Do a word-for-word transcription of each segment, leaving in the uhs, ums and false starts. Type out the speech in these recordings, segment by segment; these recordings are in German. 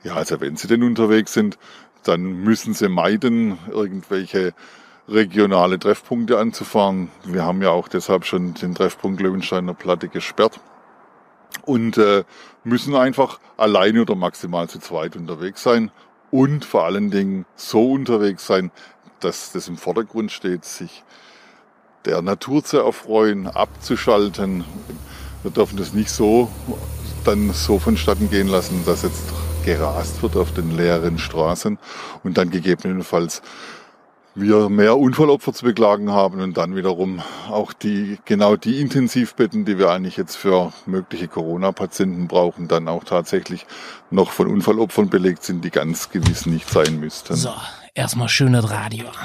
Ja, also wenn Sie denn unterwegs sind, dann müssen Sie meiden, irgendwelche regionale Treffpunkte anzufahren. Wir haben ja auch deshalb schon den Treffpunkt Löwensteiner Platte gesperrt und äh, müssen einfach alleine oder maximal zu zweit unterwegs sein und vor allen Dingen so unterwegs sein, dass das im Vordergrund steht, sich der Natur zu erfreuen, abzuschalten. Wir dürfen das nicht so dann so vonstatten gehen lassen, dass jetzt gerast wird auf den leeren Straßen und dann gegebenenfalls wir mehr Unfallopfer zu beklagen haben und dann wiederum auch die genau die Intensivbetten, die wir eigentlich jetzt für mögliche Corona-Patienten brauchen, dann auch tatsächlich noch von Unfallopfern belegt sind, die ganz gewiss nicht sein müssten. So, erstmal schön das Radio an.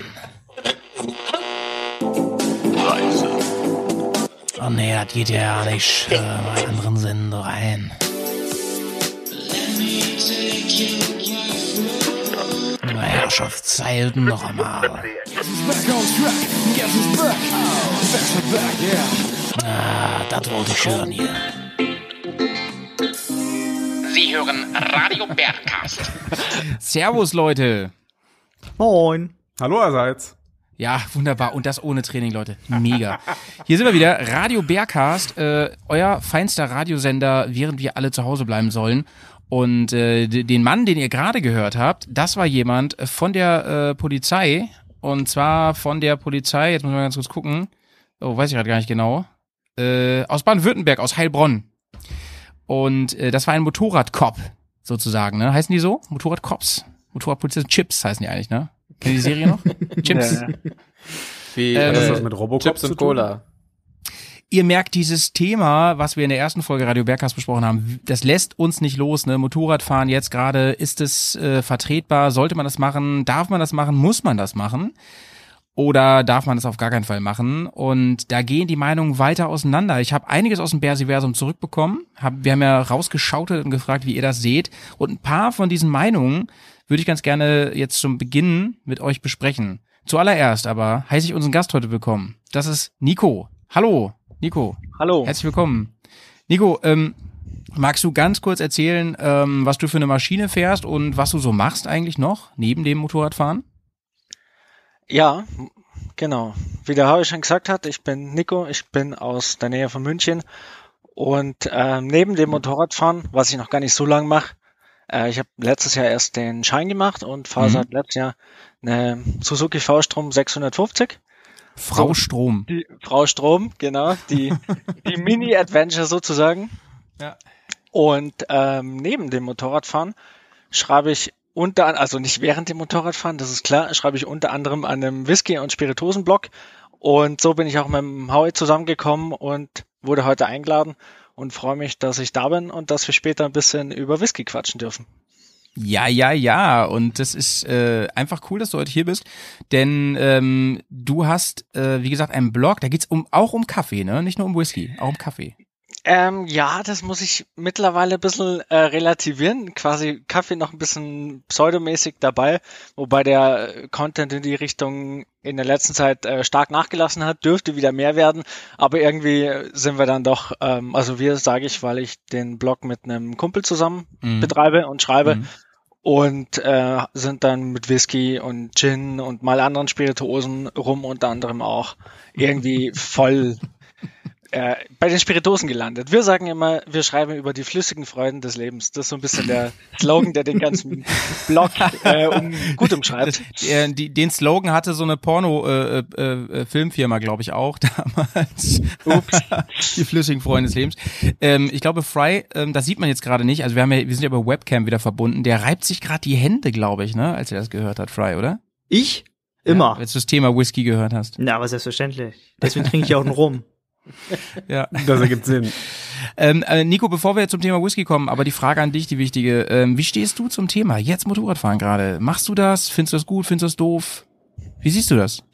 Reise. Oh nee, das geht ja nicht äh, bei anderen Sender rein. Na, Herrschaftszeiten noch einmal. Ah, das wollte ich hören hier. Sie hören Radio Bergcast. Servus, Leute. Moin. Hallo allerseits. Ja, wunderbar. Und das ohne Training, Leute. Mega. Hier sind wir wieder. Radio Bergcast, äh, euer feinster Radiosender, während wir alle zu Hause bleiben sollen. Und äh, den Mann, den ihr gerade gehört habt, das war jemand von der äh, Polizei. Und zwar von der Polizei, jetzt muss man ganz kurz gucken. Oh, weiß ich gerade gar nicht genau. Äh, aus Baden-Württemberg, aus Heilbronn. Und äh, das war ein Motorradcop, sozusagen, ne? Heißen die so? Motorradcops? Motorradpolizisten? Chips heißen die eigentlich, ne? Kennt ihr die Serie noch? Chips. Ja, ja. Wie Äh, Was hat das mit Robocop Chips zu und tun? Cola. Ihr merkt dieses Thema, was wir in der ersten Folge Radio Bergcast besprochen haben, das lässt uns nicht los, ne? Motorradfahren jetzt gerade, ist es äh, vertretbar? Sollte man das machen? Darf man das machen? Muss man das machen? Oder darf man das auf gar keinen Fall machen? Und da gehen die Meinungen weiter auseinander. Ich habe einiges aus dem Bersiversum zurückbekommen. Hab, wir haben ja rausgeschautet und gefragt, wie ihr das seht. Und ein paar von diesen Meinungen würde ich ganz gerne jetzt zum Beginn mit euch besprechen. Zuallererst aber heiße ich unseren Gast heute willkommen. Das ist Nico. Hallo, Nico. Hallo. Herzlich willkommen. Nico, ähm, magst du ganz kurz erzählen, ähm, was du für eine Maschine fährst und was du so machst eigentlich noch, neben dem Motorradfahren? Ja, genau. Wie der Harry schon gesagt hat, ich bin Nico, ich bin aus der Nähe von München und äh, neben dem Motorradfahren, was ich noch gar nicht so lange mache, äh, ich habe letztes Jahr erst den Schein gemacht und fahre Mhm. seit letztem Jahr eine Suzuki V-Strom sechshundertfünfzig. Frau So. Strom. Die Frau Strom, genau, die, die Mini-Adventure sozusagen. Ja. Und ähm, neben dem Motorradfahren schreibe ich unter, also nicht während dem Motorradfahren, das ist klar, schreibe ich unter anderem an einem Whisky- und Spirituosenblog. Und so bin ich auch mit dem Howie zusammengekommen und wurde heute eingeladen und freue mich, dass ich da bin und dass wir später ein bisschen über Whisky quatschen dürfen. Ja, ja, ja. Und das ist äh, einfach cool, dass du heute hier bist. Denn ähm, du hast, äh, wie gesagt, einen Blog, da geht's um, auch um Kaffee, ne? Nicht nur um Whisky, auch um Kaffee. Ähm, ja, das muss ich mittlerweile ein bisschen äh, relativieren. Quasi Kaffee noch ein bisschen pseudomäßig dabei, wobei der äh, Content in die Richtung in der letzten Zeit äh, stark nachgelassen hat, dürfte wieder mehr werden, aber irgendwie sind wir dann doch, ähm, also wir sage ich, weil ich den Blog mit einem Kumpel zusammen Mhm. betreibe und schreibe Mhm. und äh, sind dann mit Whisky und Gin und mal anderen Spirituosen, Rum unter anderem auch, irgendwie voll äh, bei den Spirituosen gelandet. Wir sagen immer, wir schreiben über die flüssigen Freuden des Lebens. Das ist so ein bisschen der Slogan, der den ganzen Blog äh, um, gut umschreibt. Der, die, den Slogan hatte so eine Porno-Filmfirma, äh, äh, glaube ich, auch damals. Ups. Die flüssigen Freunde des Lebens. Ähm, ich glaube, Fry, ähm, das sieht man jetzt gerade nicht. Also wir haben ja, wir sind ja über Webcam wieder verbunden. Der reibt sich gerade die Hände, glaube ich, ne, als er das gehört hat, Fry, oder? Ich? Immer. Ja, als du das Thema Whisky gehört hast. Na, aber selbstverständlich. Deswegen trinke ich auch einen Rum. Ja. Das ergibt Sinn. Ähm, äh, Nico, bevor wir jetzt zum Thema Whisky kommen, aber die Frage an dich, die wichtige. Ähm, wie stehst du zum Thema? Jetzt Motorradfahren gerade. Machst du das? Findest du das gut? Findest du das doof? Wie siehst du das?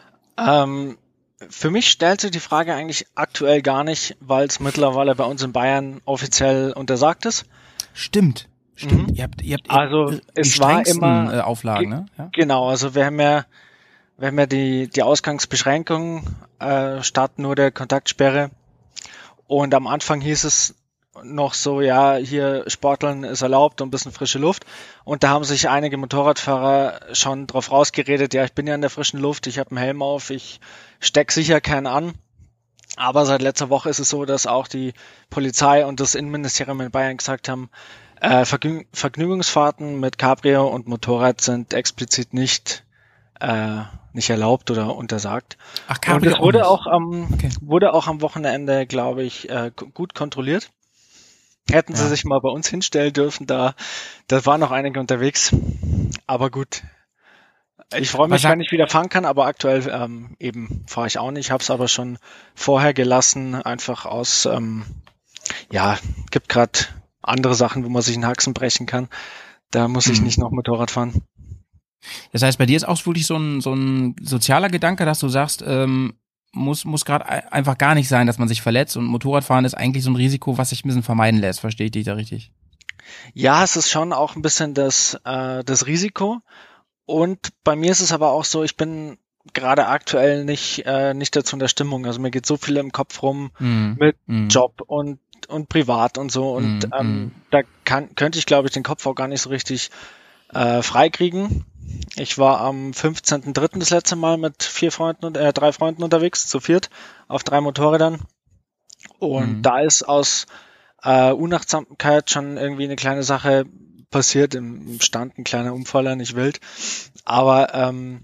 Ähm, für mich stellt sich die Frage eigentlich aktuell gar nicht, weil es mittlerweile bei uns in Bayern offiziell untersagt ist. Stimmt. Stimmt. Mhm. Ihr habt, ihr habt Also, die es war strengsten, immer- äh, Auflagen, ne? Ja? Genau, also wir haben ja, wir haben ja die, die Ausgangsbeschränkung äh, statt nur der Kontaktsperre. Und am Anfang hieß es noch so, ja, hier Sporteln ist erlaubt und ein bisschen frische Luft. Und da haben sich einige Motorradfahrer schon drauf rausgeredet, ja, ich bin ja in der frischen Luft, ich habe einen Helm auf, ich steck sicher keinen an. Aber seit letzter Woche ist es so, dass auch die Polizei und das Innenministerium in Bayern gesagt haben, äh, Vergnü- Vergnügungsfahrten mit Cabrio und Motorrad sind explizit nicht äh, nicht erlaubt oder untersagt. Ach, Cabrio und das wurde auch auch am Okay. wurde auch am Wochenende, glaube ich, äh, g- gut kontrolliert. Hätten sie Ja. sich mal bei uns hinstellen dürfen, da da waren noch einige unterwegs. Aber gut. Ich freue mich, sag- wenn ich wieder fahren kann, aber aktuell ähm, eben fahre ich auch nicht. Habe es aber schon vorher gelassen, einfach aus, ähm, ja, gibt gerade andere Sachen, wo man sich einen Haxen brechen kann. Da muss ich Mhm. nicht noch Motorrad fahren. Das heißt, bei dir ist auch wirklich so ein, so ein sozialer Gedanke, dass du sagst, ähm, muss, muss gerade einfach gar nicht sein, dass man sich verletzt, und Motorradfahren ist eigentlich so ein Risiko, was sich ein bisschen vermeiden lässt. Verstehe ich dich da richtig? Ja, es ist schon auch ein bisschen das, äh, das Risiko. Und bei mir ist es aber auch so, ich bin gerade aktuell nicht, äh, nicht dazu in der Stimmung. Also mir geht so viel im Kopf rum Mhm. mit Mhm. Job und, und privat und so. Und Mhm. ähm, da kann, könnte ich, glaube ich, den Kopf auch gar nicht so richtig äh, freikriegen. Ich war am fünfzehnten dritten das letzte Mal mit vier Freunden und äh, drei Freunden unterwegs, zu viert, auf drei Motorrädern. Und Mhm. da ist aus äh, Unachtsamkeit schon irgendwie eine kleine Sache passiert, im, im Stand ein kleiner Unfall, nicht wild. Aber ähm,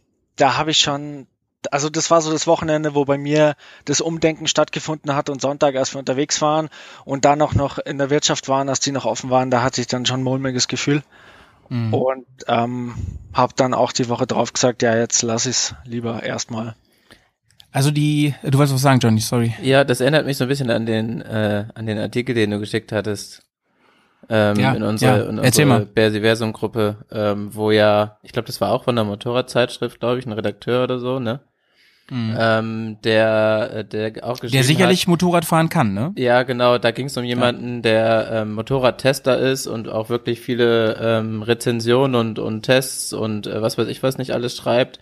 da habe ich schon, also das war so das Wochenende, wo bei mir das Umdenken stattgefunden hat, und Sonntag, als wir unterwegs waren und dann auch noch in der Wirtschaft waren, als die noch offen waren, da hatte ich dann schon ein mulmiges Gefühl. Mhm. Und ähm, habe dann auch die Woche drauf gesagt, ja, jetzt lass ich's lieber erstmal. Also die, du wolltest was sagen, Johnny, sorry. Ja, das erinnert mich so ein bisschen an den äh, an den Artikel, den du geschickt hattest ähm, Ja, in unsere, ja, in erzähl unsere mal. Bersiversum-Gruppe, ähm, wo ja, ich glaube, das war auch von der Motorradzeitschrift, glaube ich, ein Redakteur oder so, ne? Mhm. Ähm, der äh, der auch geschrieben Der sicherlich hat, Motorrad fahren kann, ne? ja, genau, da ging es um jemanden, der ähm, Motorradtester ist und auch wirklich viele ähm, Rezensionen und und Tests und äh, was weiß ich was nicht alles schreibt,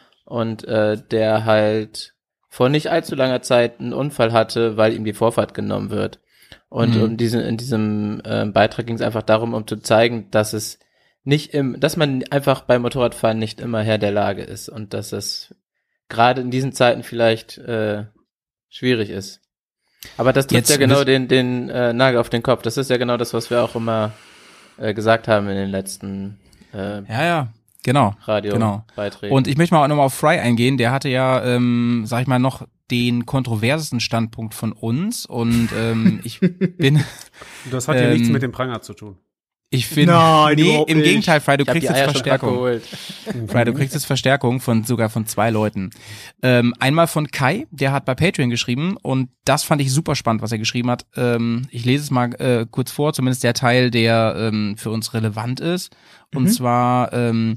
und äh, der halt vor nicht allzu langer Zeit einen Unfall hatte, weil ihm die Vorfahrt genommen wird. Und Mhm. um diesen, in diesem äh, Beitrag ging es einfach darum, um zu zeigen, dass es nicht im, dass man einfach beim Motorradfahren nicht immer Herr der Lage ist und dass es gerade in diesen Zeiten vielleicht äh, schwierig ist. Aber das trifft Jetzt ja genau wiss- den, den äh, Nagel auf den Kopf. Das ist ja genau das, was wir auch immer äh, gesagt haben in den letzten äh, Ja, ja, genau. Radio-Beiträgen. Und ich möchte mal nochmal auf Fry eingehen. Der hatte ja, ähm, sag ich mal, noch den kontroversesten Standpunkt von uns, und ähm, ich bin, Das hat ja Ähm, nichts mit dem Pranger zu tun. ich finde, Nein, nee, überhaupt im nicht. Gegenteil, Fry, du ich hab kriegst die jetzt Eier schon Verstärkung. abgeholt. Fry, du kriegst jetzt Verstärkung von sogar von zwei Leuten. Ähm, einmal von Kai, der hat bei Patreon geschrieben, und das fand ich super spannend, was er geschrieben hat. Ähm, ich lese es mal äh, kurz vor, zumindest der Teil, der ähm, für uns relevant ist. Und Mhm. zwar, ähm,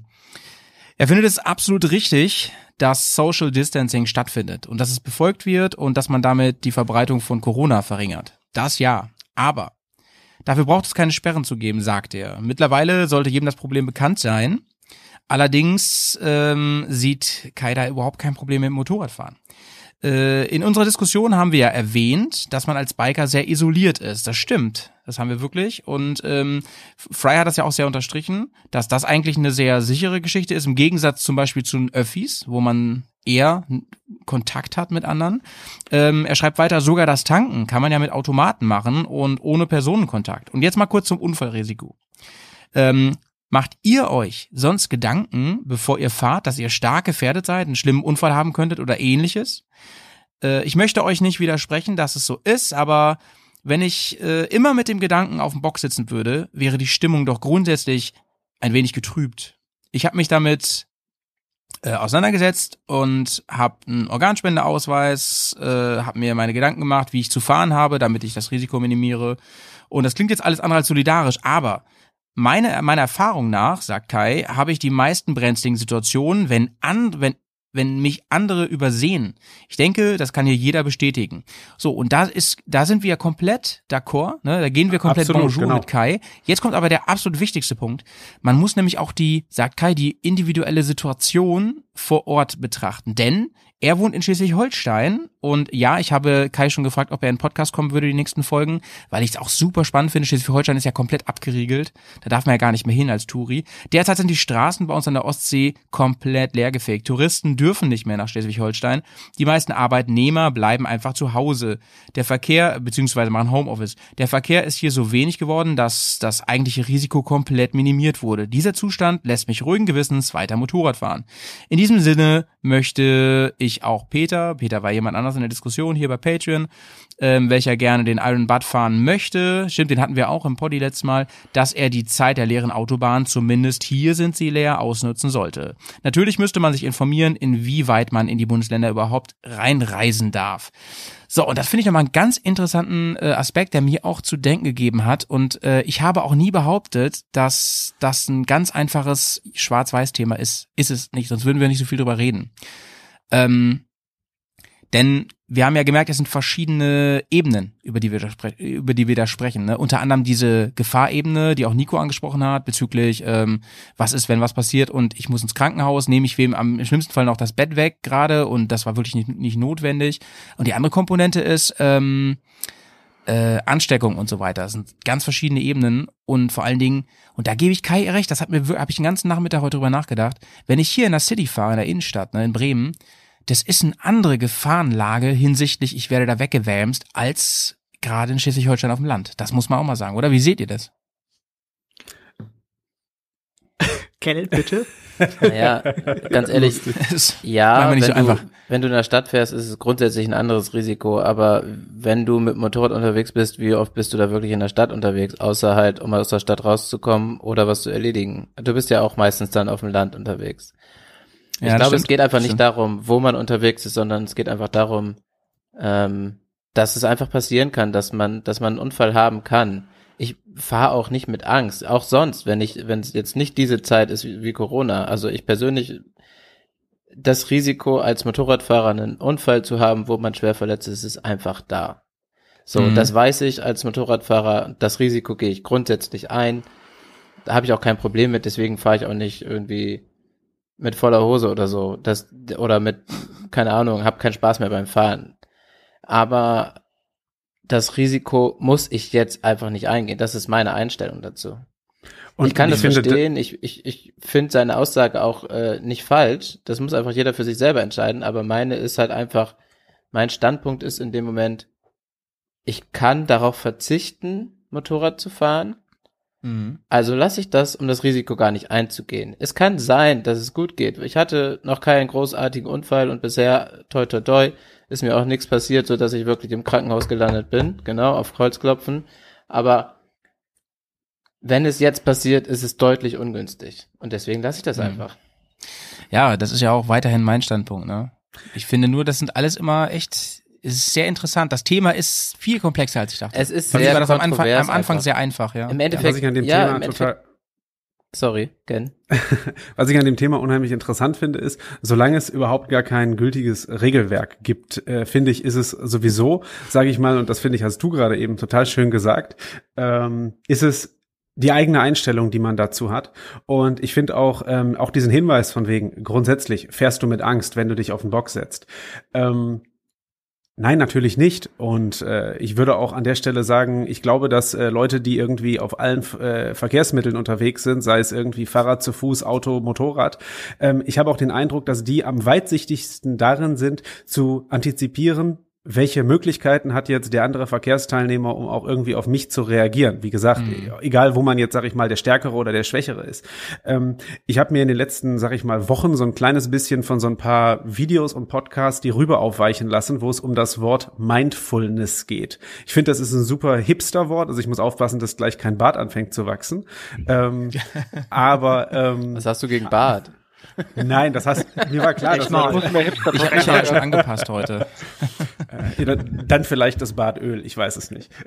er findet es absolut richtig, dass Social Distancing stattfindet und dass es befolgt wird und dass man damit die Verbreitung von Corona verringert. Das ja, aber dafür braucht es keine Sperren zu geben, sagt er. Mittlerweile sollte jedem das Problem bekannt sein. Allerdings ähm, sieht Kai da überhaupt kein Problem mit dem Motorradfahren. Äh, in unserer Diskussion haben wir ja erwähnt, dass man als Biker sehr isoliert ist. Das stimmt, das haben wir wirklich. Und ähm, Fry hat das ja auch sehr unterstrichen, dass das eigentlich eine sehr sichere Geschichte ist, im Gegensatz zum Beispiel zu den Öffis, wo man eher Kontakt hat mit anderen. Ähm, er schreibt weiter, sogar das Tanken kann man ja mit Automaten machen und ohne Personenkontakt. Und jetzt mal kurz zum Unfallrisiko. Ähm, Macht ihr euch sonst Gedanken, bevor ihr fahrt, dass ihr stark gefährdet seid, einen schlimmen Unfall haben könntet oder ähnliches? Äh, ich möchte euch nicht widersprechen, dass es so ist, aber wenn ich äh, immer mit dem Gedanken auf dem Bock sitzen würde, wäre die Stimmung doch grundsätzlich ein wenig getrübt. Ich habe mich damit äh, auseinandergesetzt und habe einen Organspendeausweis, äh, habe mir meine Gedanken gemacht, wie ich zu fahren habe, damit ich das Risiko minimiere. Und das klingt jetzt alles andere als solidarisch, aber Meine, meiner Erfahrung nach, sagt Kai, habe ich die meisten brenzligen Situationen, wenn, an, wenn, wenn mich andere übersehen. Ich denke, das kann hier jeder bestätigen. So, und da ist, da sind wir komplett d'accord, ne? Da gehen wir komplett Absolut, bonjour genau. mit Kai. Jetzt kommt aber der absolut wichtigste Punkt. Man muss nämlich auch die, sagt Kai, die individuelle Situation vor Ort betrachten. Denn Er wohnt in Schleswig-Holstein und ja, ich habe Kai schon gefragt, ob er in den Podcast kommen würde, die nächsten Folgen, weil ich es auch super spannend finde. Schleswig-Holstein ist ja komplett abgeriegelt. Da darf man ja gar nicht mehr hin als Touri. Derzeit sind die Straßen bei uns an der Ostsee komplett leergefegt. Touristen dürfen nicht mehr nach Schleswig-Holstein. Die meisten Arbeitnehmer bleiben einfach zu Hause. Der Verkehr, beziehungsweise machen Homeoffice. Der Verkehr ist hier so wenig geworden, dass das eigentliche Risiko komplett minimiert wurde. Dieser Zustand lässt mich ruhigen Gewissens weiter Motorrad fahren. In diesem Sinne möchte ich auch Peter, Peter war jemand anders in der Diskussion hier bei Patreon, ähm, welcher gerne den Iron Butt fahren möchte, stimmt, den hatten wir auch im Poddy letztes Mal, dass er die Zeit der leeren Autobahn, zumindest hier sind sie leer, ausnutzen sollte. Natürlich müsste man sich informieren, inwieweit man in die Bundesländer überhaupt reinreisen darf. So, und das finde ich nochmal einen ganz interessanten äh, Aspekt, der mir auch zu denken gegeben hat. Und äh, ich habe auch nie behauptet, dass das ein ganz einfaches Schwarz-Weiß-Thema ist. Ist es nicht, sonst würden wir nicht so viel drüber reden. Ähm, denn wir haben ja gemerkt, es sind verschiedene Ebenen, über die wir da, spre- über die wir da sprechen. Ne? Unter anderem diese Gefahrebene, die auch Nico angesprochen hat, bezüglich, ähm, was ist, wenn was passiert und ich muss ins Krankenhaus, nehme ich wem am im schlimmsten Fall noch das Bett weg gerade und das war wirklich nicht, nicht notwendig. Und die andere Komponente ist ähm, äh, Ansteckung und so weiter. Das sind ganz verschiedene Ebenen und vor allen Dingen, und da gebe ich Kai recht, das hat mir habe ich den ganzen Nachmittag heute drüber nachgedacht, wenn ich hier in der City fahre, in der Innenstadt, ne, in Bremen, das ist eine andere Gefahrenlage hinsichtlich, ich werde da weggewämst, als gerade in Schleswig-Holstein auf dem Land. Das muss man auch mal sagen, oder? Wie seht ihr das? Kenneth, bitte? Naja, ganz ehrlich, ja, wenn, nicht so du, einfach. wenn du in der Stadt fährst, ist es grundsätzlich ein anderes Risiko, aber wenn du mit dem Motorrad unterwegs bist, wie oft bist du da wirklich in der Stadt unterwegs, außer halt, um aus der Stadt rauszukommen oder was zu erledigen? Du bist ja auch meistens dann auf dem Land unterwegs. Ich Ja, glaube, stimmt. es geht einfach nicht Stimmt. darum, wo man unterwegs ist, sondern es geht einfach darum, ähm, dass es einfach passieren kann, dass man, dass man einen Unfall haben kann. Ich fahre auch nicht mit Angst, auch sonst, wenn ich, wenn es jetzt nicht diese Zeit ist wie, wie Corona. Also ich persönlich, das Risiko als Motorradfahrer einen Unfall zu haben, wo man schwer verletzt ist, ist einfach da. So, Mhm. das weiß ich als Motorradfahrer, das Risiko gehe ich grundsätzlich ein. Da habe ich auch kein Problem mit, deswegen fahre ich auch nicht irgendwie mit voller Hose oder so, das oder mit, keine Ahnung, hab keinen Spaß mehr beim Fahren. Aber das Risiko muss ich jetzt einfach nicht eingehen. Das ist meine Einstellung dazu. Und ich kann ich das finde, verstehen. Ich ich ich finde seine Aussage auch äh, nicht falsch. Das muss einfach jeder für sich selber entscheiden. Aber meine ist halt einfach, mein Standpunkt ist in dem Moment, ich kann darauf verzichten, Motorrad zu fahren. Mhm. Also lasse ich das, um das Risiko gar nicht einzugehen. Es kann sein, dass es gut geht. Ich hatte noch keinen großartigen Unfall und bisher, toi toi toi, ist mir auch nichts passiert, so dass ich wirklich im Krankenhaus gelandet bin. Genau, auf Kreuz klopfen. Aber wenn es jetzt passiert, ist es deutlich ungünstig. Und deswegen lasse ich das Mhm. einfach. Ja, das ist ja auch weiterhin mein Standpunkt, ne? Ich finde nur, das sind alles immer echt, es ist sehr interessant. Das Thema ist viel komplexer, als ich dachte. Es ist Für mich sehr war das am Anfang, kontrovers am Anfang einfach. sehr einfach, ja. Im Endeffekt, was ich an dem ja, Thema im total, Endeffekt, sorry, Ken. was ich an dem Thema unheimlich interessant finde, ist, solange es überhaupt gar kein gültiges Regelwerk gibt, äh, finde ich, ist es sowieso, sage ich mal, und das finde ich, hast du gerade eben total schön gesagt, ähm, ist es die eigene Einstellung, die man dazu hat. Und ich finde auch, ähm, auch diesen Hinweis von wegen, grundsätzlich fährst du mit Angst, wenn du dich auf den Bock setzt. Ähm, Nein, natürlich nicht. Und äh, ich würde auch an der Stelle sagen, ich glaube, dass äh, Leute, die irgendwie auf allen äh, Verkehrsmitteln unterwegs sind, sei es irgendwie Fahrrad, zu Fuß, Auto, Motorrad, ähm, ich habe auch den Eindruck, dass die am weitsichtigsten darin sind, zu antizipieren, welche Möglichkeiten hat jetzt der andere Verkehrsteilnehmer, um auch irgendwie auf mich zu reagieren? Wie gesagt, Mhm. egal wo man jetzt, sag ich mal, der Stärkere oder der Schwächere ist. Ähm, ich habe mir in den letzten, sag ich mal, Wochen so ein kleines bisschen von so ein paar Videos und Podcasts die rüber aufweichen lassen, wo es um das Wort Mindfulness geht. Ich finde, das ist ein super Hipster-Wort. Also ich muss aufpassen, dass gleich kein Bart anfängt zu wachsen. Ähm, aber ähm, Was hast du gegen Bart? nein, das heißt, mir war klar, Ich dass mal. man, Muss mehr Hipster Ich habe ja schon angepasst heute. äh, dann, dann vielleicht das Bartöl, ich weiß es nicht.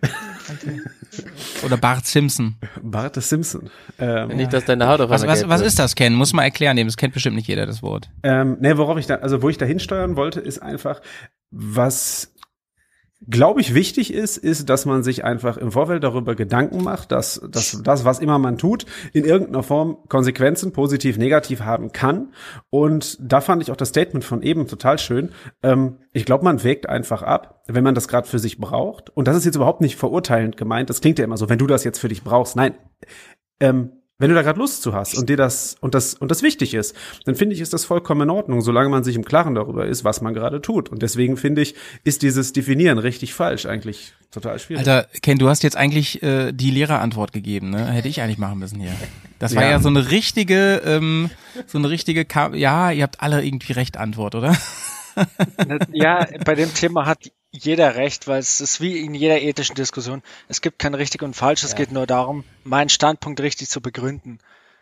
Oder Bart Simpson. Bart des Simpson. Ähm, Nicht, dass deine Haut auf Was, einmal was, gelb was wird. ist das, Ken? Muss man erklären, das kennt bestimmt nicht jeder, das Wort. Ähm, ne, worauf ich da, also wo ich da hinsteuern wollte, ist einfach, was glaube ich, wichtig ist, ist, dass man sich einfach im Vorfeld darüber Gedanken macht, dass, dass das, was immer man tut, in irgendeiner Form Konsequenzen, positiv, negativ haben kann. Und da fand ich auch das Statement von eben total schön. Ähm, ich glaube, man wägt einfach ab, wenn man das gerade für sich braucht. Und das ist jetzt überhaupt nicht verurteilend gemeint. Das klingt ja immer so, wenn du das jetzt für dich brauchst. Nein, ähm, wenn du da gerade Lust zu hast und dir das und das und das wichtig ist, dann finde ich, ist das vollkommen in Ordnung, solange man sich im Klaren darüber ist, was man gerade tut. Und deswegen finde ich, ist dieses Definieren richtig falsch eigentlich total schwierig. Alter, Ken, du hast jetzt eigentlich äh, die Lehrerantwort gegeben, ne? Hätte ich eigentlich machen müssen hier. Das war ja, Ja. so eine richtige, ähm, so eine richtige, Ka- ja, ihr habt alle irgendwie recht Antwort, oder? Ja, bei dem Thema hat jeder recht, weil es ist wie in jeder ethischen Diskussion. Es gibt kein richtig und falsch, es Ja. geht nur darum, meinen Standpunkt richtig zu begründen.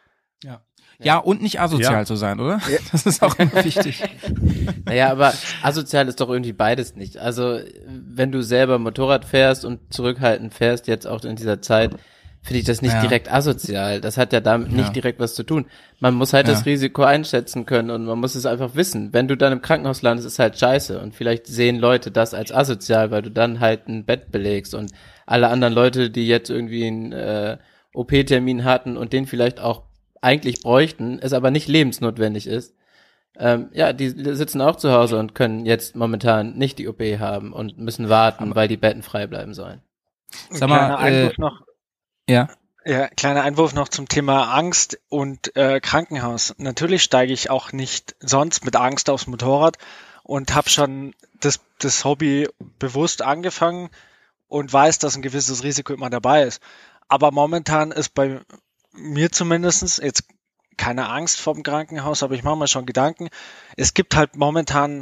Ja. Ja, und nicht asozial Ja. zu sein, oder? Das ist auch immer wichtig. Naja, aber asozial ist doch irgendwie beides nicht. Also, wenn du selber Motorrad fährst und zurückhaltend fährst, jetzt auch in dieser Zeit, finde ich das nicht Ja. direkt asozial. Das hat ja damit nicht Ja. direkt was zu tun. Man muss halt Ja. das Risiko einschätzen können und man muss es einfach wissen. Wenn du dann im Krankenhaus landest, ist halt scheiße. Und vielleicht sehen Leute das als asozial, weil du dann halt ein Bett belegst und alle anderen Leute, die jetzt irgendwie einen äh, O P-Termin hatten und den vielleicht auch eigentlich bräuchten, es aber nicht lebensnotwendig ist, ähm, ja, die sitzen auch zu Hause und können jetzt momentan nicht die O P haben und müssen warten, weil die Betten frei bleiben sollen. Sag mal, Kleiner Einwurf äh, noch. Ja. Ja, kleiner Einwurf noch zum Thema Angst und äh, Krankenhaus. Natürlich steige ich auch nicht sonst mit Angst aufs Motorrad und habe schon das, das Hobby bewusst angefangen und weiß, dass ein gewisses Risiko immer dabei ist. Aber momentan ist bei mir zumindestens jetzt keine Angst vor dem Krankenhaus, aber ich mache mir schon Gedanken. Es gibt halt momentan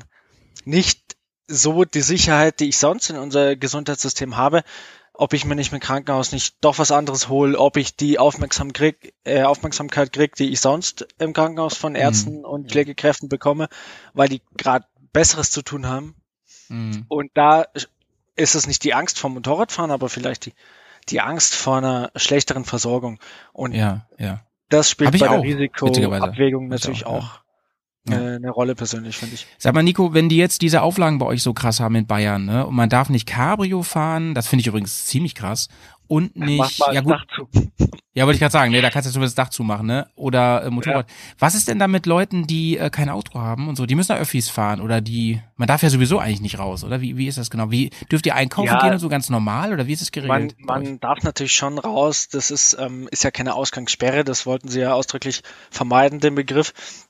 nicht so die Sicherheit, die ich sonst in unser Gesundheitssystem habe, ob ich mir nicht mit dem Krankenhaus nicht doch was anderes hole, ob ich die Aufmerksam krieg, äh, Aufmerksamkeit kriege, die ich sonst im Krankenhaus von Ärzten und Pflegekräften bekomme, weil die gerade Besseres zu tun haben. Mhm. Und da ist es nicht die Angst vom Motorradfahren, aber vielleicht die, die Angst vor einer schlechteren Versorgung. Und Ja, ja. das spielt Hab ich bei der auch, Risikoabwägung witzigerweise. natürlich Hab ich auch, auch, ja. eine, eine Rolle persönlich, finde ich. Sag mal, Nico, wenn die jetzt diese Auflagen bei euch so krass haben in Bayern, ne, und man darf nicht Cabrio fahren, das finde ich übrigens ziemlich krass, und nicht, Mach mal ja das gut, Dach zu. ja, wollte ich gerade sagen, ne, da kannst du zumindest das Dach zumachen, ne, oder äh, Motorrad. Was ist denn da mit Leuten, die äh, kein Auto haben und so, die müssen da Öffis fahren, oder die, man darf ja sowieso eigentlich nicht raus, oder wie, wie ist das genau? Wie, dürft ihr einkaufen Ja, gehen und so ganz normal, oder wie ist es Man, geregelt? bei euch? man darf natürlich schon raus, das ist, ähm, ist ja keine Ausgangssperre, das wollten sie ja ausdrücklich vermeiden, den Begriff.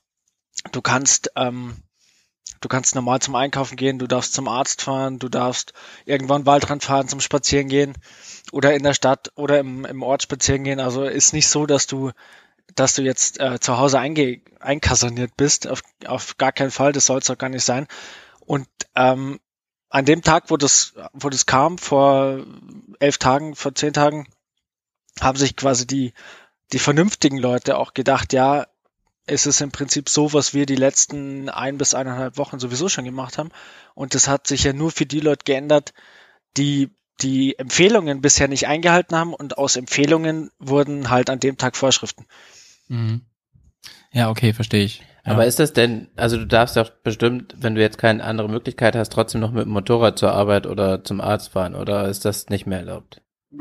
Du kannst, ähm, du kannst normal zum Einkaufen gehen, du darfst zum Arzt fahren, du darfst irgendwo an den Waldrand fahren zum Spazieren gehen oder in der Stadt oder im, im Ort spazieren gehen. Also ist nicht so, dass du, dass du jetzt äh, zu Hause einge einkasaniert bist. Auf, auf gar keinen Fall, das soll es doch gar nicht sein. Und ähm, an dem Tag, wo das, wo das kam, vor elf Tagen, vor zehn Tagen, haben sich quasi die, die vernünftigen Leute auch gedacht, ja, es ist im Prinzip so, was wir die letzten ein bis eineinhalb Wochen sowieso schon gemacht haben. Und das hat sich ja nur für die Leute geändert, die die Empfehlungen bisher nicht eingehalten haben. Und aus Empfehlungen wurden halt an dem Tag Vorschriften. Mhm. Ja, okay, verstehe ich. Ja. Aber ist das denn, also du darfst doch bestimmt, wenn du jetzt keine andere Möglichkeit hast, trotzdem noch mit dem Motorrad zur Arbeit oder zum Arzt fahren, oder ist das nicht mehr erlaubt?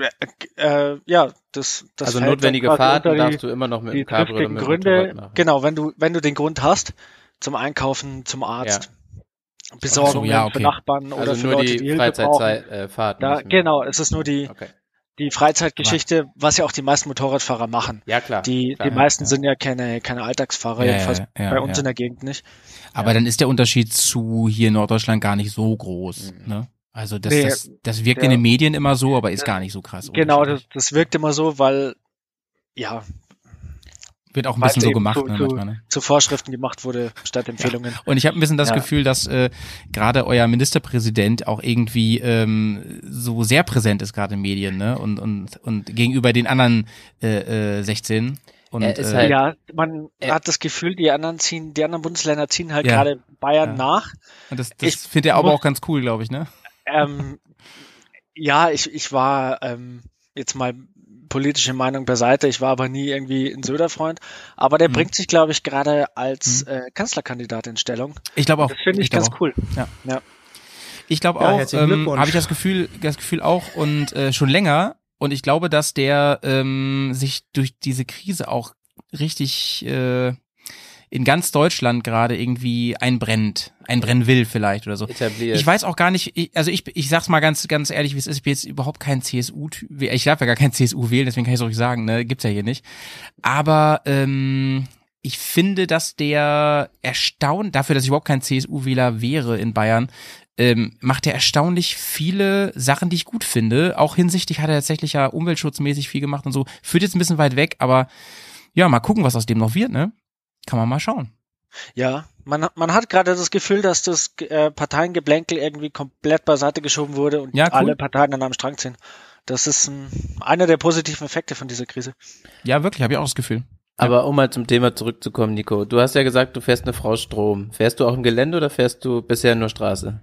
Äh, ja, das, das Also fällt dann notwendige quasi Fahrten unter die- darfst du immer noch mit die dem Cabrio oder triftigen mit dem Gründe, Motorrad machen. genau, wenn du, wenn du den Grund hast, zum Einkaufen, zum Arzt, Besorgungen ja, okay. für Nachbarn oder Also für nur Leute, die die Hilfe brauchen. Freizeitfahrten. Da, genau, es ist nur die, Okay. die Freizeitgeschichte, was ja auch die meisten Motorradfahrer machen. Ja, klar. Die, klar. die meisten ja. sind ja keine, keine Alltagsfahrer, Ja, jedenfalls ja, ja, bei uns ja. in der Gegend nicht. Aber dann ist der Unterschied zu hier in Norddeutschland gar nicht so groß, ne? Also das, Nee, das, das wirkt der- in den Medien immer so, aber ist gar nicht so krass. Genau, das, unterschiedlich. das wirkt immer so, weil, ja, Wird auch ein weil bisschen es so eben gemacht, zu, ne, zu, manchmal, ne? zu Vorschriften gemacht wurde, statt Empfehlungen. Und ich habe ein bisschen das Ja. Gefühl, dass äh, gerade euer Ministerpräsident auch irgendwie ähm, so sehr präsent ist gerade in Medien, ne? Und und und gegenüber den anderen äh, äh, sechzehn. Und Er ist äh, halt- Ja, man Äh, hat das Gefühl, die anderen ziehen, die anderen Bundesländer ziehen halt Ja. gerade Bayern Ja. nach. und das, ich das findet er aber muss- auch ganz cool, glaube ich, ne? Ähm, ja, ich, ich war ähm, jetzt mal politische Meinung beiseite, ich war aber nie irgendwie ein Söder-Freund, aber der Mhm. bringt sich, glaube ich, gerade als Mhm. äh, Kanzlerkandidat in Stellung. Ich glaube auch. Das finde ich, glaub ganz auch. cool. Ja. Ja. Ich glaube Ja, auch, herzlichen ähm, Glückwunsch. habe ich das Gefühl, das Gefühl auch und äh, schon länger. Und ich glaube, dass der ähm, sich durch diese Krise auch richtig äh, in ganz Deutschland gerade irgendwie einbrennt, einbrennen will vielleicht oder so. Etabliert. Ich weiß auch gar nicht, ich, also ich, ich sag's mal ganz, ganz ehrlich, wie es ist, ich bin jetzt überhaupt kein C S U-Typ, ich darf ja gar kein C S U wählen, deswegen kann ich es euch sagen, ne, gibt's ja hier nicht. Aber ähm, ich finde, dass der erstaunt, dafür, dass ich überhaupt kein C S U-Wähler wäre in Bayern, ähm, macht er erstaunlich viele Sachen, die ich gut finde. Auch hinsichtlich hat er tatsächlich ja umweltschutzmäßig viel gemacht und so. Führt jetzt ein bisschen weit weg, aber ja, mal gucken, was aus dem noch wird, ne? Kann man mal schauen. Ja, man, man hat gerade das Gefühl, dass das äh, Parteiengeblänkel irgendwie komplett beiseite geschoben wurde und Ja, cool. alle Parteien an einem Strang ziehen. Das ist ein, einer der positiven Effekte von dieser Krise. Ja, wirklich, habe ich auch das Gefühl. Aber um mal zum Thema zurückzukommen, Nico, du hast ja gesagt, du fährst eine Frau Strom. Fährst du auch im Gelände oder fährst du bisher nur Straße?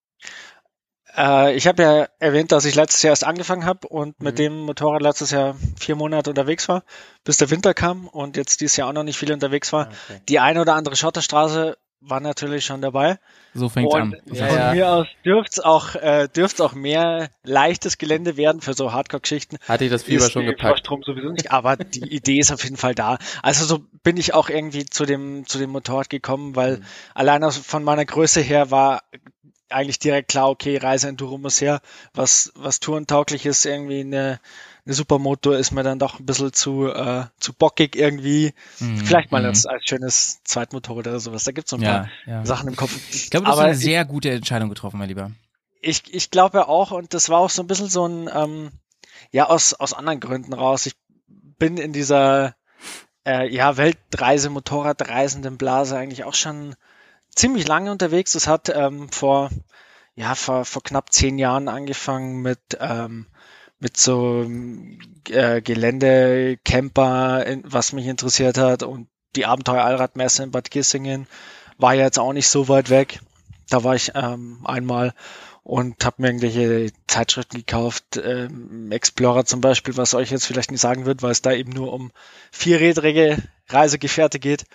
Äh, ich habe ja erwähnt, dass ich letztes Jahr erst angefangen habe und Mhm. mit dem Motorrad letztes Jahr vier Monate unterwegs war, bis der Winter kam und jetzt dieses Jahr auch noch nicht viel unterwegs war. Okay. Die eine oder andere Schotterstraße war natürlich schon dabei. So fängt's und an. Ja, von ja. mir aus dürft's auch, äh, dürft's auch mehr leichtes Gelände werden für so Hardcore-Geschichten. Hatte ich das Fieber Ist schon die gepackt? Strom sowieso nicht, aber die Idee ist auf jeden Fall da. Also so bin ich auch irgendwie zu dem zu dem Motorrad gekommen, weil Mhm. allein aus, von meiner Größe her war eigentlich direkt klar, okay, Reiseenduro muss her, was was tourentauglich ist, irgendwie eine eine Supermoto ist mir dann doch ein bisschen zu äh, zu bockig irgendwie. Mhm, Vielleicht mal mhm. als, als schönes Zweitmotorrad oder sowas. Da gibt's so ein Ja, paar ja. Sachen im Kopf. Ich glaube, du hast Aber eine sehr gute Entscheidung getroffen, mein Lieber. ich, ich glaube auch, und das war auch so ein bisschen so ein, ähm, ja, aus, aus anderen Gründen raus. Ich bin in dieser äh, ja, Weltreise, Motorradreisenden Blase eigentlich auch schon ziemlich lange unterwegs. Das hat ähm, vor, ja, vor, vor knapp zehn Jahren angefangen mit, ähm, mit so äh, Gelände, Camper, in, was mich interessiert hat, und die Abenteuer-Allradmesse in Bad Kissingen war ja jetzt auch nicht so weit weg. Da war ich ähm, einmal und habe mir irgendwelche Zeitschriften gekauft, ähm, Explorer zum Beispiel, was euch jetzt vielleicht nicht sagen wird, weil es da eben nur um vierrädrige Reisegefährte geht.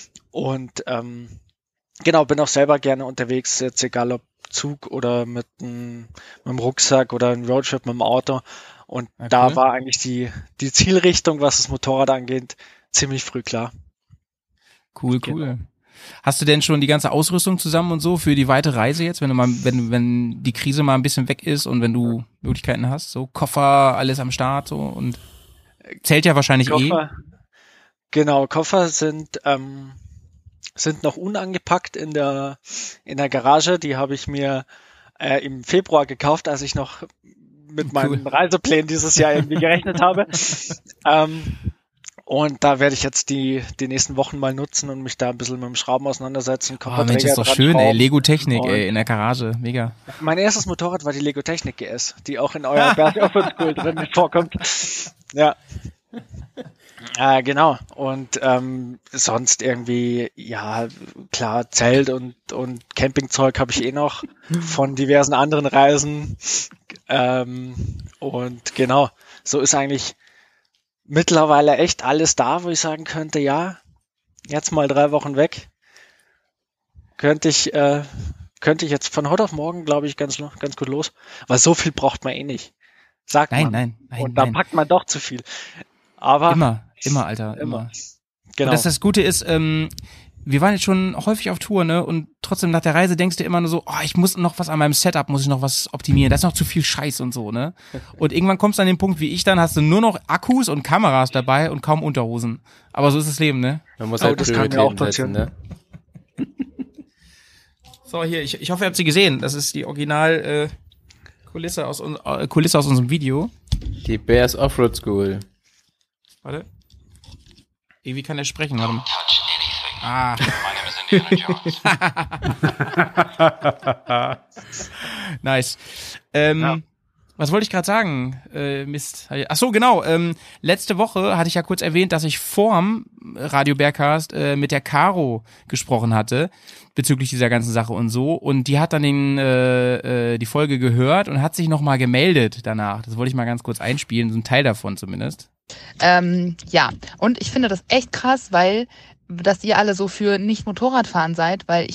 Und ähm, genau, bin auch selber gerne unterwegs, jetzt egal ob Zug oder mit einem, mit einem Rucksack oder einem Roadtrip mit dem Auto. Und Ja, da cool. war eigentlich die, die Zielrichtung, was das Motorrad angeht, ziemlich früh klar. Cool, cool. Hast du denn schon die ganze Ausrüstung zusammen und so für die weite Reise jetzt, wenn du mal, wenn, wenn die Krise mal ein bisschen weg ist und wenn du Möglichkeiten hast? So Koffer, alles am Start, so, und zählt ja wahrscheinlich eh. Koffer, genau, Koffer sind, ähm, sind noch unangepackt in der, in der Garage. Die habe ich mir äh, im Februar gekauft, als ich noch mit meinen Cool. Reiseplänen dieses Jahr irgendwie gerechnet habe. Ähm, und da werde ich jetzt die, die nächsten Wochen mal nutzen und mich da ein bisschen mit dem Schrauben auseinandersetzen. Oh, Mensch, ist Kofferträger doch dran schön, ey. schrauben. Lego-Technik, Und- ey, in der Garage. Mega. Mein erstes Motorrad war die Lego Technik G S, die auch in eurer Berg Offroad School drin vorkommt. Ja. Äh, genau. Und ähm, sonst irgendwie, ja, klar, Zelt und, und Campingzeug habe ich eh noch von diversen anderen Reisen. Ähm, und genau, so ist eigentlich mittlerweile echt alles da, wo ich sagen könnte, ja, jetzt mal drei Wochen weg. Könnte ich, äh, könnte ich jetzt von heute auf morgen, glaube ich, ganz, lo- ganz gut los. Weil so viel braucht man eh nicht. Sagt Nein, man. nein, nein, Und da nein. packt man doch zu viel. Aber Immer, immer, Alter, immer. Immer. genau. Und das, das Gute ist, ähm, wir waren jetzt schon häufig auf Tour, ne? Und trotzdem nach der Reise denkst du immer nur so, oh, ich muss noch was an meinem Setup, muss ich noch was optimieren. Da ist noch zu viel Scheiß und so, ne? Und irgendwann kommst du an den Punkt wie ich dann, hast du nur noch Akkus und Kameras dabei und kaum Unterhosen. Aber so ist das Leben, ne? Man muss Oh, halt das kann mir Prioritäten auch passieren. setzen, ne? So, hier, ich, ich hoffe, ihr habt sie gesehen. Das ist die Original äh, Kulisse aus, un- äh, Kulisse aus unserem Video. Die Bears Offroad School. Warte. Irgendwie kann er sprechen, warte mal. Ah. Nice. Ähm, Ja. Was wollte ich gerade sagen? Äh, Mist. Ach so, genau. Ähm, letzte Woche hatte ich ja kurz erwähnt, dass ich vorm Radio Bergcast äh, mit der Caro gesprochen hatte bezüglich dieser ganzen Sache und so. Und die hat dann den, äh, äh, die Folge gehört und hat sich nochmal gemeldet danach. Das wollte ich mal ganz kurz einspielen, so ein Teil davon zumindest. Ähm, ja, und ich finde das echt krass, weil, dass ihr alle so für nicht Motorradfahren seid, weil ich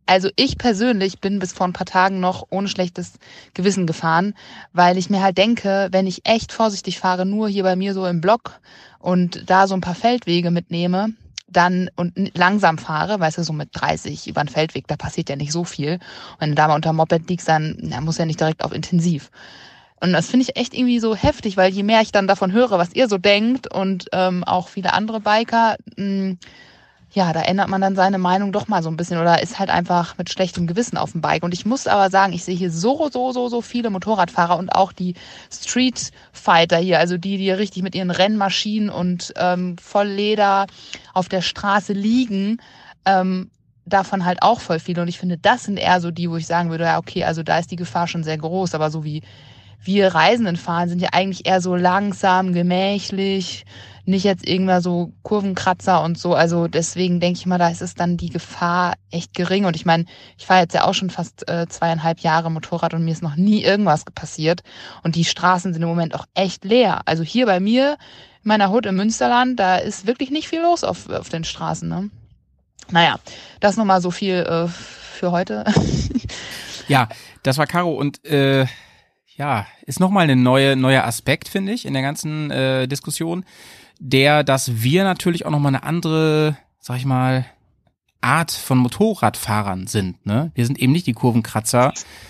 Also ich persönlich bin bis vor ein paar Tagen noch ohne schlechtes Gewissen gefahren, weil ich mir halt denke, wenn ich echt vorsichtig fahre, nur hier bei mir so im Block und da so ein paar Feldwege mitnehme, dann und langsam fahre, weißt du, so mit dreißig über den Feldweg, da passiert ja nicht so viel. Wenn du da mal unter dem Moped liegst, dann na, muss ja nicht direkt auf intensiv. Und das finde ich echt irgendwie so heftig, weil je mehr ich dann davon höre, was ihr so denkt und ähm, auch viele andere Biker, mh, ja, da ändert man dann seine Meinung doch mal so ein bisschen oder ist halt einfach mit schlechtem Gewissen auf dem Bike. Und ich muss aber sagen, ich sehe hier so, so, so, so viele Motorradfahrer und auch die Streetfighter hier, also die, die richtig mit ihren Rennmaschinen und ähm, voll Leder auf der Straße liegen, ähm, davon halt auch voll viele. Und ich finde, das sind eher so die, wo ich sagen würde, ja, okay, also da ist die Gefahr schon sehr groß. Aber so wie wir Reisenden fahren, sind ja eigentlich eher so langsam, gemächlich, nicht jetzt irgendwann so Kurvenkratzer und so. Also deswegen denke ich mal, da ist es dann die Gefahr echt gering. Und ich meine, ich fahre jetzt ja auch schon fast äh, zweieinhalb Jahre Motorrad und mir ist noch nie irgendwas passiert. Und die Straßen sind im Moment auch echt leer. Also hier bei mir, in meiner Hut im Münsterland, da ist wirklich nicht viel los auf, auf den Straßen. Ne? Naja, das nochmal so viel äh, für heute. Ja, das war Caro und äh, ja, ist nochmal ein neue, neuer Aspekt, finde ich, in der ganzen äh, Diskussion, der, dass wir natürlich auch nochmal eine andere, sag ich mal, Art von Motorradfahrern sind, ne? Wir sind eben nicht die Kurvenkratzer.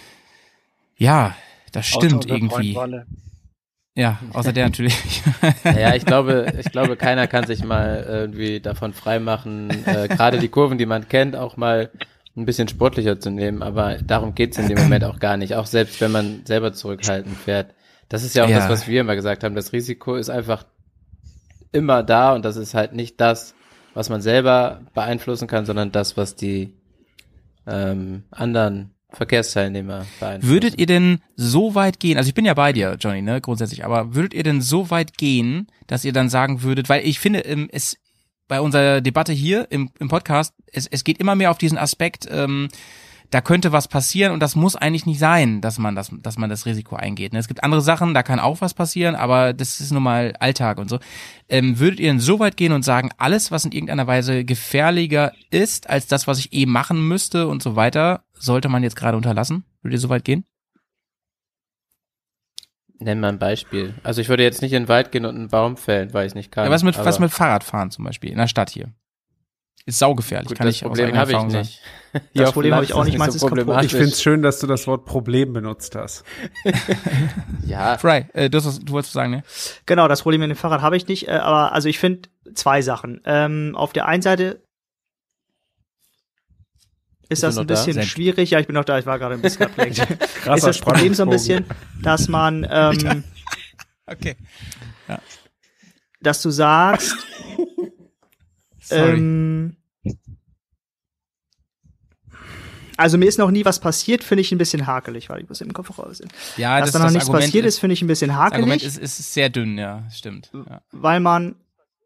Ja, das stimmt irgendwie. Ja, außer der natürlich. Naja, ich glaube, ich glaube, keiner kann sich mal irgendwie davon freimachen, äh, gerade die Kurven, die man kennt, auch mal ein bisschen sportlicher zu nehmen, aber darum geht's in dem Moment auch gar nicht, auch selbst wenn man selber zurückhaltend fährt. Das ist ja auch ja. das, was wir immer gesagt haben, das Risiko ist einfach immer da und das ist halt nicht das, was man selber beeinflussen kann, sondern das, was die ähm, anderen Verkehrsteilnehmer beeinflussen. Würdet ihr denn so weit gehen, also ich bin ja bei dir, Johnny, ne, grundsätzlich, aber würdet ihr denn so weit gehen, dass ihr dann sagen würdet, weil ich finde, es bei unserer Debatte hier im, im Podcast, es, es geht immer mehr auf diesen Aspekt, ähm, da könnte was passieren und das muss eigentlich nicht sein, dass man das, dass man das Risiko eingeht. Ne? Es gibt andere Sachen, da kann auch was passieren, aber das ist nun mal Alltag und so. Ähm, würdet ihr denn so weit gehen und sagen, alles, was in irgendeiner Weise gefährlicher ist, als das, was ich eh machen müsste und so weiter, sollte man jetzt gerade unterlassen? Würdet ihr so weit gehen? Nenn mal ein Beispiel. Also ich würde jetzt nicht in den Wald gehen und einen Baum fällen, weil ich nicht kann. Ja, was mit, was mit Fahrradfahren zum Beispiel, in der Stadt hier? Ist saugefährlich, Gut, kann das ich Problem habe ich nicht. Das Problem habe ich auch nicht, meins ist kaputt. Ich finde es schön, dass du das Wort Problem benutzt hast. Ja. Fry, äh, du, hast, du wolltest sagen, ne? Genau, das Problem mit dem Fahrrad habe ich nicht, äh, aber also ich finde zwei Sachen. Ähm, auf der einen Seite ist das ein bisschen schwierig. Ja, ich bin noch da, ich war gerade ein bisschen abgelenkt. Ist das Problem so ein bisschen, dass man ähm, okay. Ja. dass du sagst, ähm, also mir ist noch nie was passiert, finde ich ein bisschen hakelig, weil ich muss im Kopf raus sind. Ja, dass das, da noch das nichts Argument passiert ist, ist, finde ich ein bisschen hakelig. Das Argument ist, ist sehr dünn, ja, stimmt. Ja. Weil man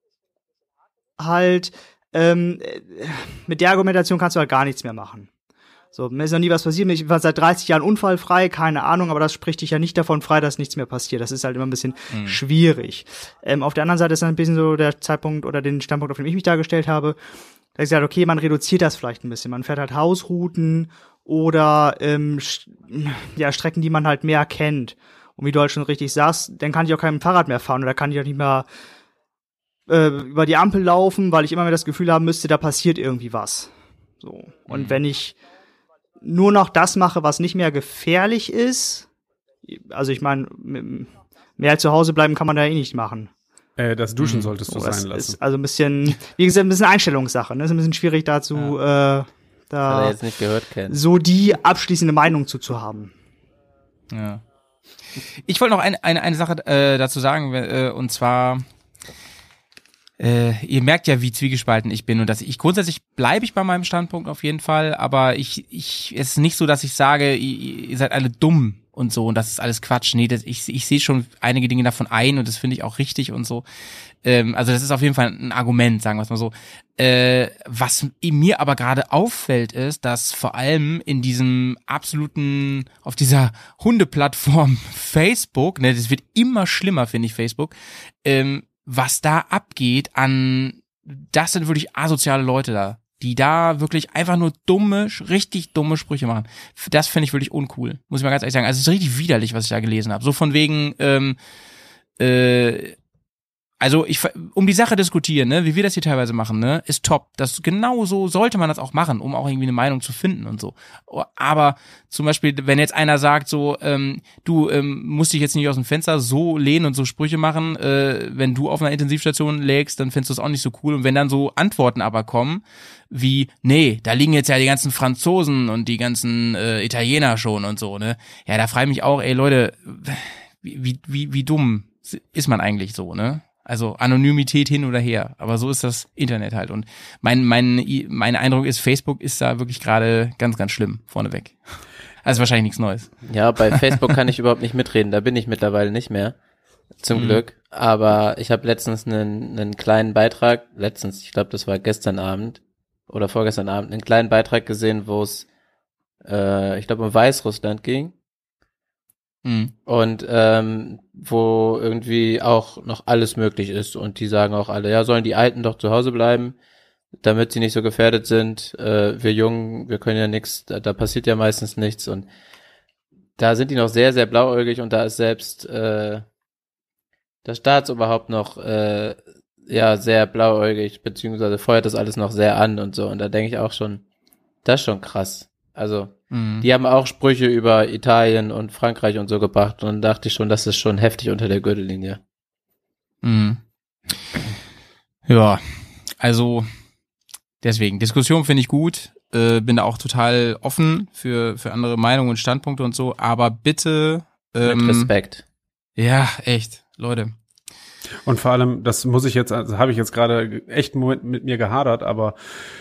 halt ähm, mit der Argumentation kannst du halt gar nichts mehr machen. So, mir ist noch nie was passiert, ich war seit dreißig Jahren unfallfrei, keine Ahnung, aber das spricht dich ja nicht davon frei, dass nichts mehr passiert. Das ist halt immer ein bisschen mhm. schwierig. Ähm, auf der anderen Seite ist dann ein bisschen so der Zeitpunkt oder den Standpunkt, auf den ich mich dargestellt habe, da ich gesagt, okay, man reduziert das vielleicht ein bisschen. Man fährt halt Hausrouten oder ähm, ja, Strecken, die man halt mehr kennt. Und wie du halt schon richtig sagst, dann kann ich auch kein Fahrrad mehr fahren oder kann ich auch nicht mehr äh, über die Ampel laufen, weil ich immer mehr das Gefühl haben müsste, da passiert irgendwie was. So. Und mhm. wenn ich nur noch das mache, was nicht mehr gefährlich ist, also ich meine, mehr als zu Hause bleiben kann man da eh nicht machen. Äh, das Duschen solltest du so, sein lassen. Ist also ein bisschen, wie gesagt, ein bisschen Einstellungssache. Ne? Ist ein bisschen schwierig dazu, ja. äh, da er jetzt nicht gehört kennt. so die abschließende Meinung zu, zu haben. Ja. Ich wollte noch eine, eine, eine Sache äh, dazu sagen, äh, und zwar Äh, ihr merkt ja, wie zwiegespalten ich bin und dass ich grundsätzlich bleibe ich bei meinem Standpunkt auf jeden Fall, aber ich ich es ist nicht so, dass ich sage, ihr, ihr seid alle dumm und so und das ist alles Quatsch. Nee, das, ich ich sehe schon einige Dinge davon ein und das finde ich auch richtig und so. Ähm, also das ist auf jeden Fall ein Argument, sagen wir es mal so. Äh, was mir aber gerade auffällt, ist, dass vor allem in diesem absoluten, auf dieser Hundeplattform Facebook, ne, das wird immer schlimmer, finde ich, Facebook, ähm, was da abgeht an, das sind wirklich asoziale Leute da. die da wirklich einfach nur dumme, richtig dumme Sprüche machen. Das finde ich wirklich uncool, muss ich mal ganz ehrlich sagen. Also es ist richtig widerlich, was ich da gelesen habe. So von wegen, ähm, äh, also ich, um die Sache diskutieren, ne, wie wir das hier teilweise machen, ne, ist top. Das genau so sollte man das auch machen, um auch irgendwie eine Meinung zu finden und so. Aber zum Beispiel, wenn jetzt einer sagt so, ähm, du ähm, musst dich jetzt nicht aus dem Fenster so lehnen und so Sprüche machen, äh, wenn du auf einer Intensivstation lägst, dann findest du das auch nicht so cool. Und wenn dann so Antworten aber kommen, wie, nee, da liegen jetzt ja die ganzen Franzosen und die ganzen äh, Italiener schon und so, ne, ja, da frage ich mich auch, ey Leute, wie, wie, wie dumm ist man eigentlich so, ne? Also Anonymität hin oder her, aber so ist das Internet halt. Und mein mein mein Eindruck ist, Facebook ist da wirklich gerade ganz, ganz schlimm vorneweg. Also wahrscheinlich nichts Neues. Ja, bei Facebook kann ich überhaupt nicht mitreden, da bin ich mittlerweile nicht mehr, zum mhm. Glück. Aber ich habe letztens einen, einen kleinen Beitrag, letztens, ich glaube, das war gestern Abend oder vorgestern Abend, einen kleinen Beitrag gesehen, wo es, äh, ich glaube, um Weißrussland ging. Mhm. Und ähm, wo irgendwie auch noch alles möglich ist und die sagen auch alle, ja, sollen die Alten doch zu Hause bleiben, damit sie nicht so gefährdet sind. Äh, wir Jungen, wir können ja nichts, da, da passiert ja meistens nichts und da sind die noch sehr, sehr blauäugig und da ist selbst äh, das Staatsoberhaupt noch äh, ja sehr blauäugig, beziehungsweise feuert das alles noch sehr an und so und da denke ich auch schon, das ist schon krass. Also mhm. die haben auch Sprüche über Italien und Frankreich und so gebracht und dann dachte ich schon, das ist schon heftig unter der Gürtellinie. Mhm. Ja, also deswegen, Diskussion finde ich gut, äh, bin da auch total offen für für andere Meinungen und Standpunkte und so, aber bitte ähm, mit Respekt. Ja, echt, Leute. Und vor allem, das muss ich jetzt, also habe ich jetzt gerade echt einen Moment mit mir gehadert, aber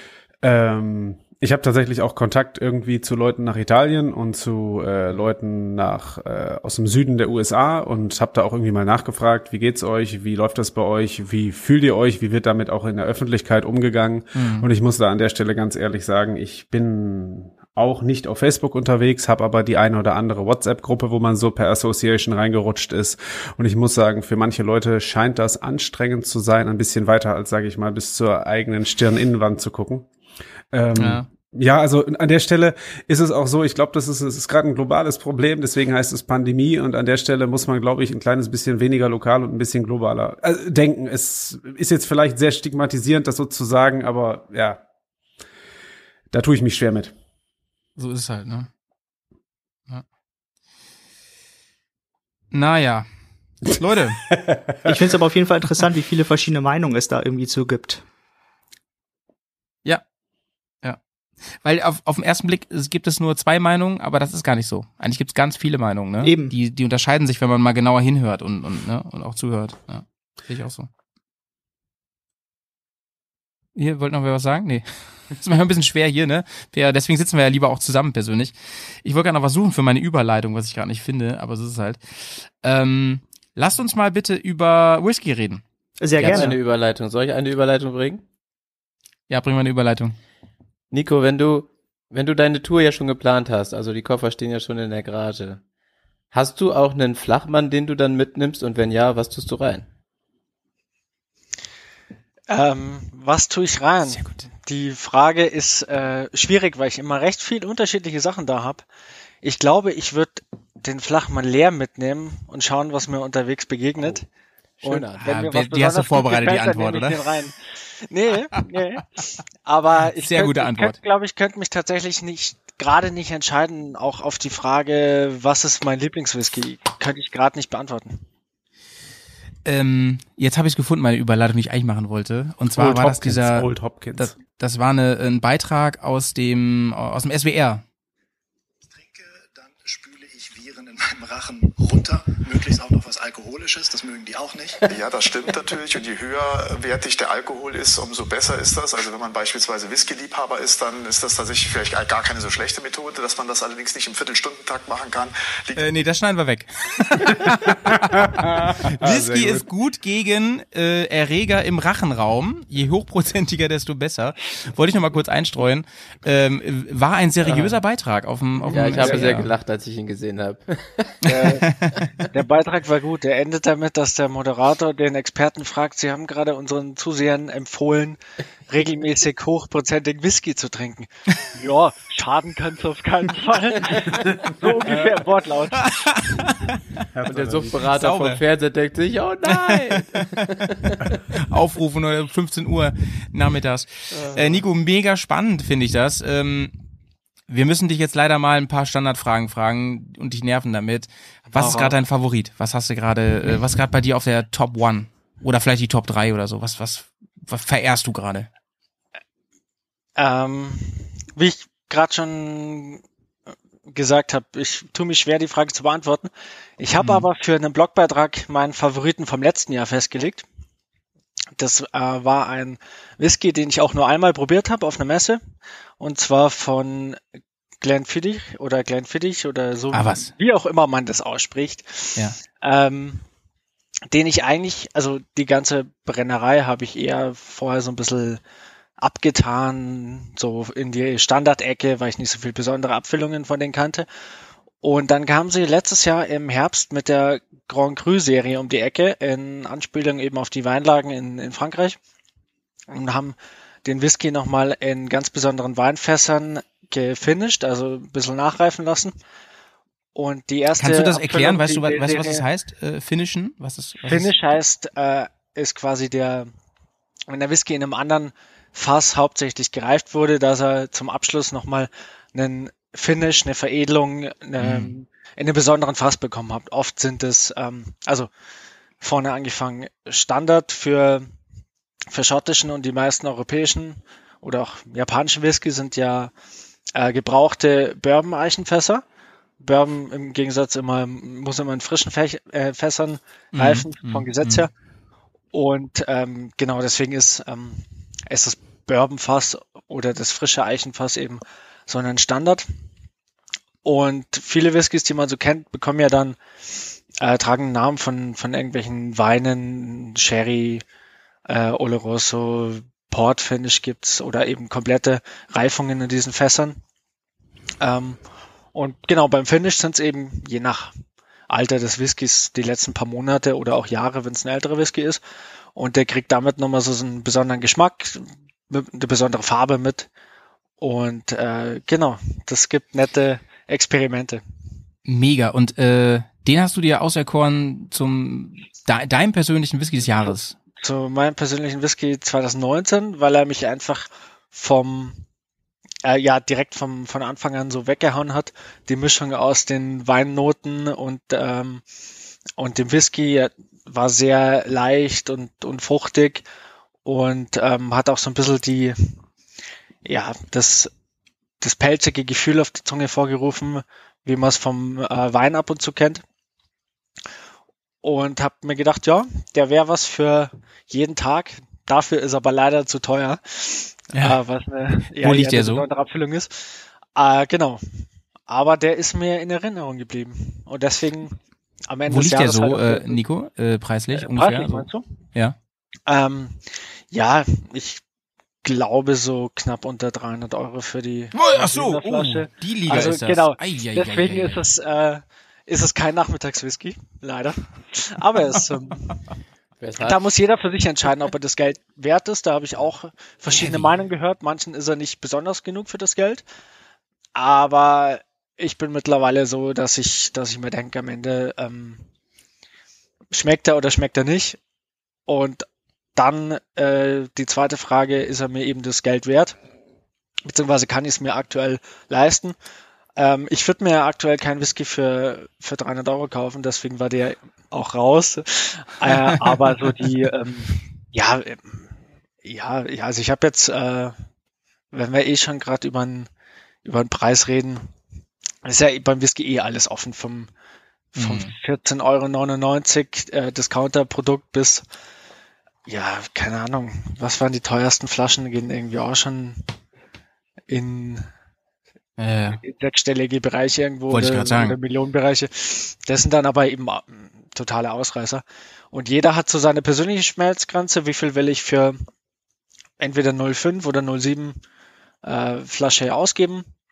ähm, ich habe tatsächlich auch Kontakt irgendwie zu Leuten nach Italien und zu äh, Leuten nach äh, aus dem Süden der U S A und habe da auch irgendwie mal nachgefragt, wie geht's euch, wie läuft das bei euch, wie fühlt ihr euch, wie wird damit auch in der Öffentlichkeit umgegangen? Mhm. Und ich muss da an der Stelle ganz ehrlich sagen, ich bin auch nicht auf Facebook unterwegs, habe aber die eine oder andere WhatsApp-Gruppe, wo man so per Association reingerutscht ist. Und ich muss sagen, für manche Leute scheint das anstrengend zu sein, ein bisschen weiter als, sage ich mal, bis zur eigenen Stirninnenwand zu gucken. Ähm, ja. ja, also an der Stelle ist es auch so, ich glaube, das ist, es ist gerade ein globales Problem, deswegen heißt es Pandemie und an der Stelle muss man, glaube ich, ein kleines bisschen weniger lokal und ein bisschen globaler äh, denken. Es ist jetzt vielleicht sehr stigmatisierend, das so zu sagen, aber ja, da tue ich mich schwer mit. So ist es halt, ne? Ja. Naja. Leute. Ich finde es aber auf jeden Fall interessant, wie viele verschiedene Meinungen es da irgendwie zu gibt. Ja. Ja. Weil auf, auf den ersten Blick es gibt es nur zwei Meinungen, aber das ist gar nicht so. Eigentlich gibt es ganz viele Meinungen, ne? Eben. Die, die unterscheiden sich, wenn man mal genauer hinhört und, und, ne? Und auch zuhört. Ja. Sehe ich auch so. Ihr wollt noch wer was sagen? Nee. Das ist manchmal ein bisschen schwer hier, ne? Wir, deswegen sitzen wir ja lieber auch zusammen persönlich. Ich wollte gerade noch was suchen für meine Überleitung, was ich gerade nicht finde, aber so ist es halt. Ähm, lasst uns mal bitte über Whisky reden. Sehr ich gerne. Eine Überleitung. Soll ich eine Überleitung bringen? Ja, bring mal eine Überleitung. Nico, wenn du, wenn du deine Tour ja schon geplant hast, also die Koffer stehen ja schon in der Garage, hast du auch einen Flachmann, den du dann mitnimmst und wenn ja, was tust du rein? Ähm, was tue ich rein? Sehr gut. Die Frage ist äh, schwierig, weil ich immer recht viel unterschiedliche Sachen da habe. Ich glaube, ich würde den Flachmann leer mitnehmen und schauen, was mir unterwegs begegnet. Oh, schöner. Und wenn ah, mir was die hast du vorbereitet, gefällt, die Antwort, dann nehme ich oder? den rein. Nee, nee. Aber ich Sehr könnt, gute ich Antwort. Könnt, glaube ich, könnte mich tatsächlich nicht gerade nicht entscheiden, auch auf die Frage, was ist mein Lieblingswhisky, könnte ich gerade nicht beantworten. Ähm, jetzt habe ich es gefunden, meine Überleitung, die ich eigentlich machen wollte. Und zwar Old war das Hopkins, dieser, Old Hopkins. Das, das war eine, ein Beitrag aus dem aus dem S W R. Trinke, dann spüle ich Viren in meinem Rachen runter, möglichst auch noch was Alkoholisches, das mögen die auch nicht. Ja, das stimmt natürlich und je höherwertig der Alkohol ist, umso besser ist das. Also wenn man beispielsweise Whisky-Liebhaber ist, dann ist das tatsächlich vielleicht gar keine so schlechte Methode, dass man das allerdings nicht im Viertelstundentakt machen kann. Liegt Äh, nee, das schneiden wir weg. Whisky gut. ist gut gegen äh, Erreger im Rachenraum. Je hochprozentiger, desto besser. Wollte ich noch mal kurz einstreuen. Ähm, war ein seriöser Beitrag auf dem auf Ja, dem ich habe S W R. sehr gelacht, als ich ihn gesehen habe. Der, der Beitrag war gut. Der endet damit, dass der Moderator den Experten fragt, sie haben gerade unseren Zusehern empfohlen, regelmäßig hochprozentigen Whisky zu trinken. Ja, schaden kann es auf keinen Fall. So ungefähr im Wortlaut. Und der Suchtberater vom Fernseher denkt sich, oh nein! Aufrufen um fünfzehn Uhr nachmittags. Äh, Nico, mega spannend finde ich das. Ähm, wir müssen dich jetzt leider mal ein paar Standardfragen fragen und dich nerven damit. Was Aha. ist gerade dein Favorit? Was hast du gerade, äh, was gerade bei dir auf der Top One? Oder vielleicht die Top drei oder so? Was, was, was verehrst du gerade? Ähm, wie ich gerade schon gesagt habe, ich tue mich schwer, die Frage zu beantworten. Ich habe hm. aber für einen Blogbeitrag meinen Favoriten vom letzten Jahr festgelegt. Das äh, war ein Whisky, den ich auch nur einmal probiert habe auf einer Messe. Und zwar von Glenfiddich oder Glenfiddich oder so, ah, was? wie auch immer man das ausspricht. Ja. Ähm, den ich eigentlich, also die ganze Brennerei habe ich eher vorher so ein bisschen abgetan, so in die Standardecke, weil ich nicht so viel besondere Abfüllungen von denen kannte. Und dann kamen sie letztes Jahr im Herbst mit der Grand Cru-Serie um die Ecke, in Anspielung eben auf die Weinlagen in, in Frankreich, und haben den Whisky nochmal in ganz besonderen Weinfässern gefinisht, also ein bisschen nachreifen lassen. Und die erste Kannst du das erklären? Abfüllung, Weißt du, die, weißt du, was das heißt? Äh, finishen? Was ist, was Finish ist? heißt, äh, ist quasi der, wenn der Whisky in einem anderen Fass hauptsächlich gereift wurde, dass er zum Abschluss nochmal einen Finish, eine Veredelung eine, mhm. in einem besonderen Fass bekommen hat. Oft sind es, ähm, also vorne angefangen, Standard für, für schottischen und die meisten europäischen oder auch japanischen Whisky sind ja äh, gebrauchte Bourbon-Eichenfässer. Bourbon im Gegensatz immer, muss immer in frischen Fäch- äh, Fässern reifen, mhm. vom Gesetz mhm. her. Und ähm, genau deswegen ist, ähm, ist das Bourbonfass oder das frische Eichenfass eben so ein Standard. Und viele Whiskys, die man so kennt, bekommen ja dann, äh, tragen Namen von, von irgendwelchen Weinen, Sherry, äh, Oloroso, Port Finish gibt's oder eben komplette Reifungen in diesen Fässern. Ähm, und genau, beim Finish sind es eben je nach Alter des Whiskys die letzten paar Monate oder auch Jahre, wenn es ein älterer Whisky ist. Und der kriegt damit nochmal so einen besonderen Geschmack, eine besondere Farbe mit. Und äh, genau, das gibt nette Experimente. Mega. Und äh, den hast du dir auserkoren zum de- deinem persönlichen Whisky des Jahres? Zu meinem persönlichen Whisky zwanzig neunzehn, weil er mich einfach vom äh, ja direkt vom von Anfang an so weggehauen hat. Die Mischung aus den Weinnoten und ähm, und dem Whisky war sehr leicht und und fruchtig und ähm, hat auch so ein bisschen die ja das das pelzige Gefühl auf die Zunge vorgerufen, wie man es vom äh, Wein ab und zu kennt. Und habe mir gedacht, ja, der wäre was für jeden Tag. Dafür ist aber leider zu teuer, ja. äh, was eine, ja, Wo liegt der eine so? besondere Abfüllung ist. Äh, genau. Aber der ist mir in Erinnerung geblieben. Und deswegen am Ende Wo des liegt der Jahres so, halt äh, Nico, äh, preislich äh, ungefähr? Preislich, meinst du? Ja. Ähm, ja, ich glaube so knapp unter dreihundert Euro für die Ach so, Flasche. Oh, die Liga also, ist das. Genau, ei, ei, deswegen ei, ei, ei. ist es äh, ist es kein Nachmittagswhisky, leider. Aber es ähm, da muss jeder für sich entscheiden, ob er das Geld wert ist. Da habe ich auch verschiedene Heavy. Meinungen gehört. Manchen ist er nicht besonders genug für das Geld. Aber ich bin mittlerweile so, dass ich, dass ich mir denke, am Ende ähm, schmeckt er oder schmeckt er nicht. Und dann äh, die zweite Frage, ist er mir eben das Geld wert? Beziehungsweise kann ich es mir aktuell leisten? Ähm, ich würde mir aktuell keinen Whisky für, für dreihundert Euro kaufen, deswegen war der auch raus. Äh, aber so die, ähm, ja, ähm, ja, ja, also ich habe jetzt, äh, wenn wir eh schon gerade über einen über einen Preis reden, ist ja beim Whisky eh alles offen, vom, vom mhm. vierzehn Euro neunundneunzig äh, Discounter-Produkt bis, ja, keine Ahnung, was waren die teuersten Flaschen, gehen irgendwie auch schon in Ja, ja. sechsstellige Bereiche irgendwo Wollte ich oder, grad sagen. oder Millionenbereiche. Das sind dann aber eben äh, totale Ausreißer. Und jeder hat so seine persönliche Schmerzgrenze. Wie viel will ich für entweder null Komma fünf oder null Komma sieben äh, Flasche ausgeben?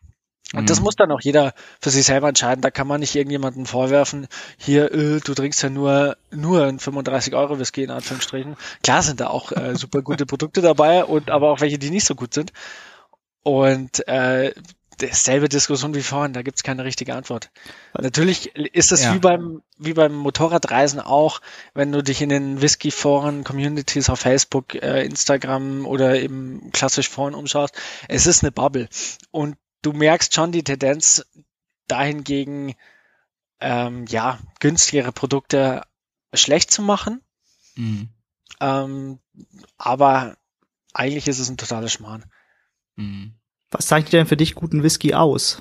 Und mhm. das muss dann auch jeder für sich selber entscheiden. Da kann man nicht irgendjemandem vorwerfen, hier, äh, du trinkst ja nur nur einen fünfunddreißig Euro Whisky in Anführungsstrichen. Klar sind da auch äh, super gute Produkte dabei und aber auch welche, die nicht so gut sind. Und äh, dasselbe Diskussion wie vorhin, da gibt's keine richtige Antwort. Natürlich ist es ja. wie beim wie beim Motorradreisen auch, wenn du dich in den Whisky-Foren, Communities auf Facebook, äh, Instagram oder eben klassisch Foren umschaust, es ist eine Bubble. Und du merkst schon die Tendenz dahingegen, ähm, ja, günstigere Produkte schlecht zu machen. Mhm. Ähm, aber eigentlich ist es ein totaler Schmarrn. Mhm. Was zeichnet denn für dich guten Whisky aus?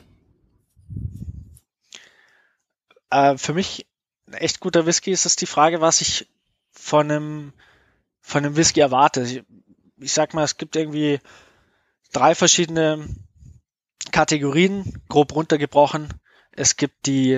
Äh, für mich ein echt guter Whisky ist es die Frage, was ich von einem von einem Whisky erwarte. Ich, ich sag mal, es gibt irgendwie drei verschiedene Kategorien, grob runtergebrochen. Es gibt die,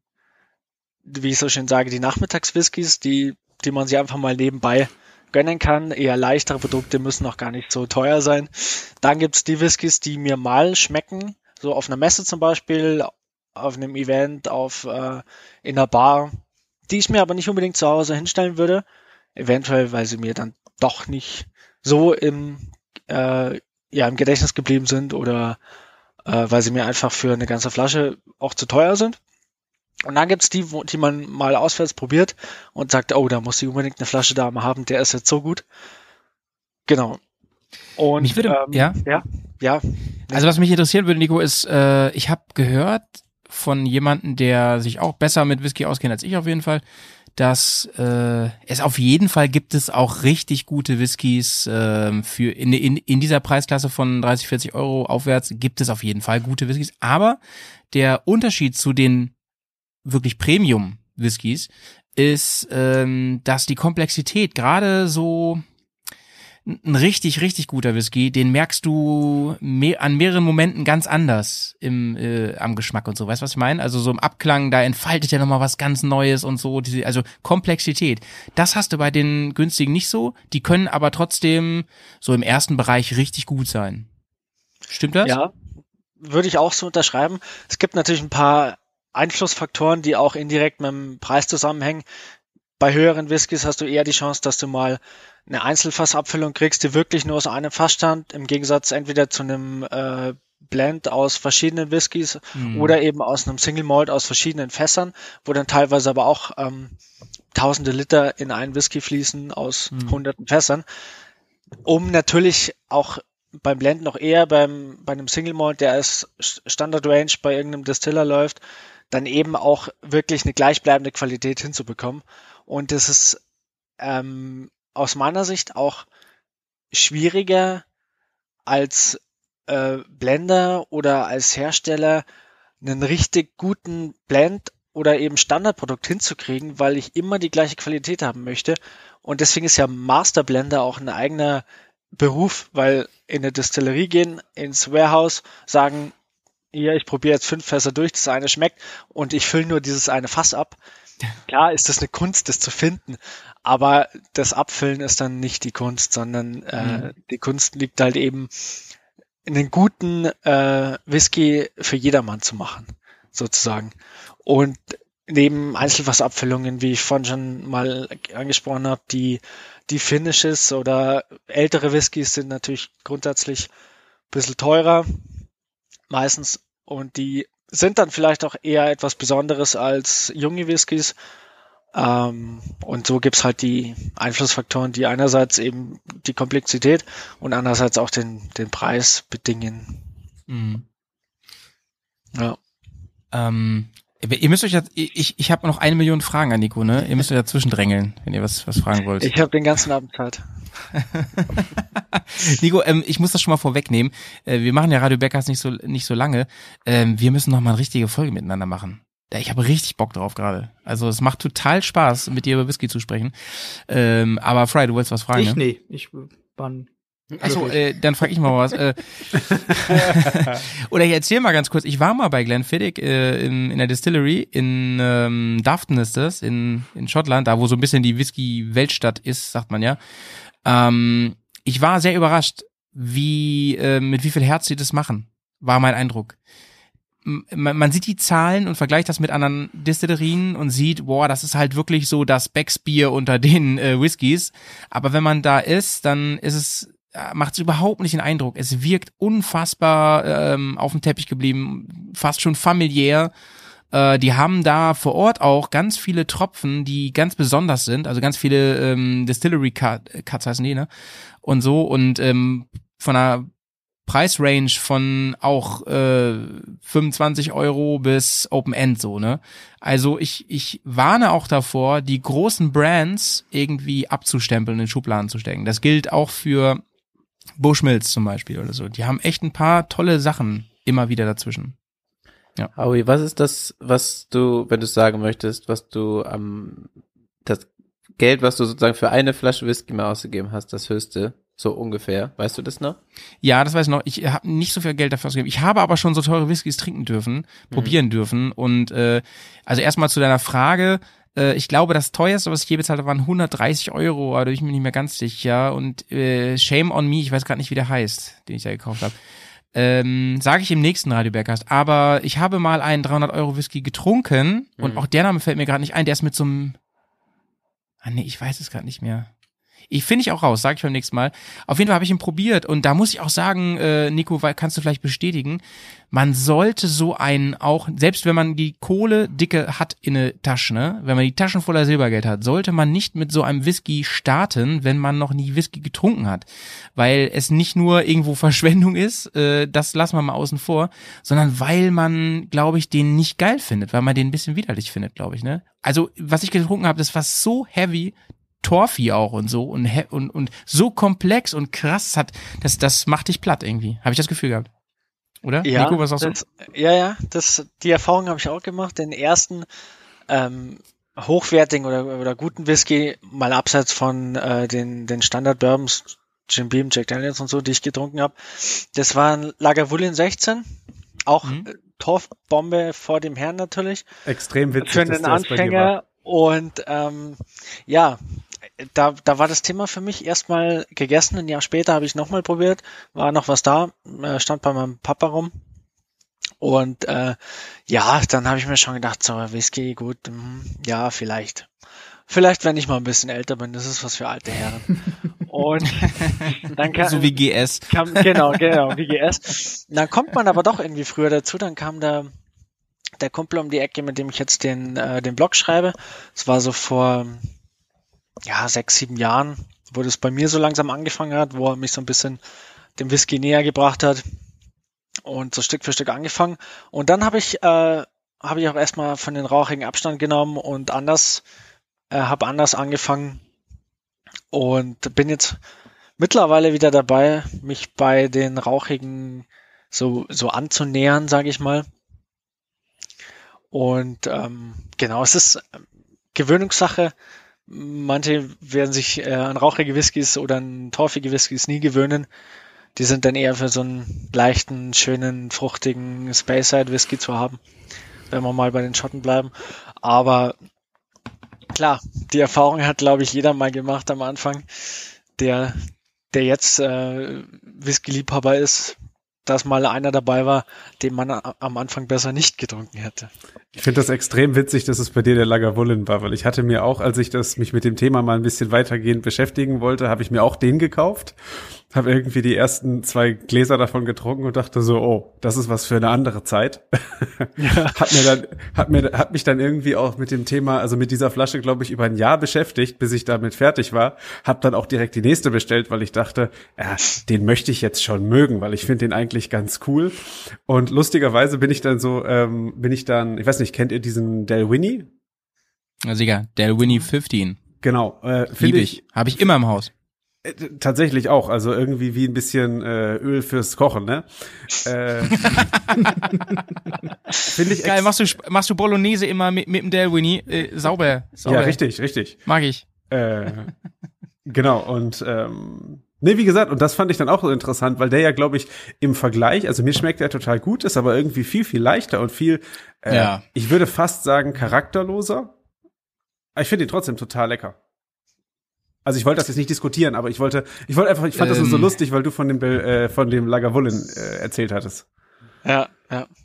wie ich so schön sage, die Nachmittagswhiskys, die die man sich einfach mal nebenbei gönnen kann. Eher leichtere Produkte müssen auch gar nicht so teuer sein. Dann gibt's die Whiskys, die mir mal schmecken, so auf einer Messe zum Beispiel, auf einem Event, auf äh, in einer Bar, die ich mir aber nicht unbedingt zu Hause hinstellen würde. Eventuell, weil sie mir dann doch nicht so im, äh, ja, im Gedächtnis geblieben sind oder äh, weil sie mir einfach für eine ganze Flasche auch zu teuer sind. Und dann gibt's die, wo, die man mal auswärts probiert und sagt, oh, da muss ich unbedingt eine Flasche da mal haben, der ist jetzt so gut. Genau. Und mich würde, ähm, ja? ja, ja. Also was mich interessieren würde, Nico, ist, äh, ich habe gehört von jemandem, der sich auch besser mit Whisky auskennt als ich auf jeden Fall, dass äh, es auf jeden Fall gibt es auch richtig gute Whiskys äh, für in, in, in dieser Preisklasse von dreißig, vierzig Euro aufwärts gibt es auf jeden Fall gute Whiskys. Aber der Unterschied zu den wirklich Premium-Whiskys ist, ähm, dass die Komplexität, gerade so ein richtig, richtig guter Whisky, den merkst du mehr, an mehreren Momenten ganz anders im äh, am Geschmack und so. Weißt du, was ich meine? Also so im Abklang, da entfaltet ja nochmal was ganz Neues und so. Diese, also Komplexität. Das hast du bei den günstigen nicht so. Die können aber trotzdem so im ersten Bereich richtig gut sein. Stimmt das? Ja, würde ich auch so unterschreiben. Es gibt natürlich ein paar Einflussfaktoren, die auch indirekt mit dem Preis zusammenhängen. Bei höheren Whiskys hast du eher die Chance, dass du mal eine Einzelfassabfüllung kriegst, die wirklich nur aus einem Fass stammt, im Gegensatz entweder zu einem äh, Blend aus verschiedenen Whiskys mhm. oder eben aus einem Single Malt aus verschiedenen Fässern, wo dann teilweise aber auch ähm, tausende Liter in einen Whisky fließen aus mhm. hunderten Fässern, um natürlich auch beim Blend noch eher beim bei einem Single Malt, der als Standard Range bei irgendeinem Distiller läuft, dann eben auch wirklich eine gleichbleibende Qualität hinzubekommen. Und das ist ähm, aus meiner Sicht auch schwieriger als äh, Blender oder als Hersteller einen richtig guten Blend oder eben Standardprodukt hinzukriegen, weil ich immer die gleiche Qualität haben möchte. Und deswegen ist ja Master Blender auch ein eigener Beruf, weil in eine Distillerie gehen, ins Warehouse, sagen, hier, ich probiere jetzt fünf Fässer durch, das eine schmeckt und ich fülle nur dieses eine Fass ab. Klar ist das eine Kunst, das zu finden, aber das Abfüllen ist dann nicht die Kunst, sondern äh, mhm. die Kunst liegt halt eben, einen guten äh, Whisky für jedermann zu machen, sozusagen. Und neben Einzelfassabfüllungen, wie ich vorhin schon mal angesprochen habe, die die Finishes oder ältere Whiskys sind natürlich grundsätzlich ein bisschen teurer, meistens, und die sind dann vielleicht auch eher etwas Besonderes als junge Whiskys. Ähm, und so gibt's halt die Einflussfaktoren, die einerseits eben die Komplexität und andererseits auch den, den Preis bedingen. Mhm. Ja. Ähm, ihr müsst euch jetzt, ich, ich habe noch eine Million Fragen an Nico, ne? Ihr müsst euch dazwischen drängeln, wenn ihr was, was fragen wollt. Ich habe den ganzen Abend Zeit. Nico, ähm, ich muss das schon mal vorwegnehmen. Äh, wir machen ja Radio Bergkast nicht so nicht so lange. Ähm, wir müssen noch mal eine richtige Folge miteinander machen. Ich habe richtig Bock drauf gerade. Also es macht total Spaß, mit dir über Whisky zu sprechen. Ähm, aber Fry, du wolltest was fragen, Ich ne? nee, ich war Achso, äh, dann frage ich mal was. Äh, oder ich erzähl mal ganz kurz. Ich war mal bei Glenfiddich äh, in, in der Distillery in ähm, Dafton ist das, in, in Schottland, da wo so ein bisschen die Whisky-Weltstadt ist, sagt man ja. Ähm, ich war sehr überrascht, wie äh, mit wie viel Herz sie das machen, war mein Eindruck. man, man sieht die Zahlen und vergleicht das mit anderen Distillerien und sieht, boah, das ist halt wirklich so das Becksbier unter den äh, Whiskys. Aber wenn man da ist, dann ist es, macht es überhaupt nicht den Eindruck. Es wirkt unfassbar ähm, auf dem Teppich geblieben, fast schon familiär. Äh, die haben da vor Ort auch ganz viele Tropfen, die ganz besonders sind, also ganz viele ähm, Distillery Cuts heißen die, ne? Und so und ähm, von einer Preisrange von auch äh, fünfundzwanzig Euro bis Open End so, ne? Also ich ich warne auch davor, die großen Brands irgendwie abzustempeln, in Schubladen zu stecken. Das gilt auch für Bushmills zum Beispiel oder so. Die haben echt ein paar tolle Sachen immer wieder dazwischen. Ja. Howie, was ist das, was du, wenn du es sagen möchtest, was du am, das Geld, was du sozusagen für eine Flasche Whisky mal ausgegeben hast, das höchste? So ungefähr. Weißt du das noch? Ja, das weiß ich noch. Ich habe nicht so viel Geld dafür ausgegeben. Ich habe aber schon so teure Whiskys trinken dürfen, mhm. probieren dürfen. Und äh, also erstmal zu deiner Frage. Äh, ich glaube, das teuerste, was ich je bezahlt habe, waren hundertdreißig Euro. Aber da bin ich mir nicht mehr ganz sicher. Und äh, Shame on Me, ich weiß gerade nicht, wie der heißt, den ich da gekauft habe. Ähm, sage ich im nächsten Radio Bergcast. Aber ich habe mal einen dreihundert Euro Whisky getrunken. Mhm. Und auch der Name fällt mir gerade nicht ein. Der ist mit so einem... Ah nee, ich weiß es gerade nicht mehr. Ich finde ich auch raus, sage ich beim nächsten Mal. Auf jeden Fall habe ich ihn probiert und da muss ich auch sagen, äh, Nico, kannst du vielleicht bestätigen, man sollte so einen auch, selbst wenn man die Kohle dicke hat in der Tasche, ne, wenn man die Taschen voller Silbergeld hat, sollte man nicht mit so einem Whisky starten, wenn man noch nie Whisky getrunken hat, weil es nicht nur irgendwo Verschwendung ist, äh, das lassen wir mal außen vor, sondern weil man, glaube ich, den nicht geil findet, weil man den ein bisschen widerlich findet, glaube ich, ne. Also, was ich getrunken habe, das war so heavy, Torfi auch und so und und und so komplex und krass hat, das das macht dich platt irgendwie. Habe ich das Gefühl gehabt. Oder? Ja, Nico, was sagst das, du? Ja, ja, das die Erfahrung habe ich auch gemacht, den ersten ähm, hochwertigen oder oder guten Whisky mal abseits von äh, den den Standard Bourbons, Jim Beam, Jack Daniels und so, die ich getrunken habe. Das war ein Lagavulin sechzehn, auch mhm. Torfbombe vor dem Herrn natürlich. Extrem witzig. Für einen Anfänger und ähm, ja, Da, da war das Thema für mich erstmal gegessen. Ein Jahr später habe ich nochmal probiert, war noch was da, äh, stand bei meinem Papa rum. Und äh, ja, dann habe ich mir schon gedacht, so Whisky, gut, mh, ja, vielleicht. Vielleicht, wenn ich mal ein bisschen älter bin, das ist was für alte Herren. Und dann kam, so wie G S. Kam, genau, genau, wie G S. Dann kommt man aber doch irgendwie früher dazu, dann kam der, der Kumpel um die Ecke, mit dem ich jetzt den, äh, den Blog schreibe. Es war so vor... ja, sechs, sieben Jahren, wo das bei mir so langsam angefangen hat, wo er mich so ein bisschen dem Whisky näher gebracht hat und so Stück für Stück angefangen. Und dann habe ich, äh, habe ich auch erstmal von den Rauchigen Abstand genommen und anders, äh, habe anders angefangen und bin jetzt mittlerweile wieder dabei, mich bei den Rauchigen so, so anzunähern, sage ich mal. Und ähm, genau, es ist Gewöhnungssache. Manche werden sich äh, an rauchige Whiskys oder an torfige Whiskys nie gewöhnen. Die sind dann eher für so einen leichten, schönen, fruchtigen Speyside Whisky zu haben, wenn wir mal bei den Schotten bleiben. Aber klar, die Erfahrung hat, glaube ich, jeder mal gemacht am Anfang, der, der jetzt äh, Whisky-Liebhaber ist, dass mal einer dabei war, den man am Anfang besser nicht getrunken hätte. Ich finde das extrem witzig, dass es bei dir der Lagavulin war, weil ich hatte mir auch, als ich das mich mit dem Thema mal ein bisschen weitergehend beschäftigen wollte, habe ich mir auch den gekauft, habe irgendwie die ersten zwei Gläser davon getrunken und dachte so, oh, das ist was für eine andere Zeit. Ja. hat mir dann, hat mir, hat mich dann irgendwie auch mit dem Thema, also mit dieser Flasche, glaube ich, über ein Jahr beschäftigt, bis ich damit fertig war. Hab dann auch direkt die nächste bestellt, weil ich dachte, ja, den möchte ich jetzt schon mögen, weil ich finde den eigentlich ganz cool. Und lustigerweise bin ich dann so, ähm, bin ich dann, ich weiß nicht, kennt ihr diesen Dalwhinnie? Ja, sicher, Dalwhinnie fünfzehn. Genau, äh, finde ich. ich Habe ich immer im Haus. Äh, tatsächlich auch, also irgendwie wie ein bisschen äh, Öl fürs Kochen, ne? Äh, finde ich geil. Machst du machst du Bolognese immer mit mit dem Dalwhinnie äh, sauber, sauber? Ja, richtig, richtig. Mag ich. Äh, genau und ähm, nee, wie gesagt, und das fand ich dann auch so interessant, weil der ja, glaube ich, im Vergleich, also mir schmeckt der total gut, ist aber irgendwie viel, viel leichter und viel, äh, ja. ich würde fast sagen, charakterloser. Aber ich finde ihn trotzdem total lecker. Also ich wollte das jetzt nicht diskutieren, aber ich wollte, ich wollte einfach, ich fand ähm, das so lustig, weil du von dem, äh, von dem Lagavulin äh, erzählt hattest. Ja, ja.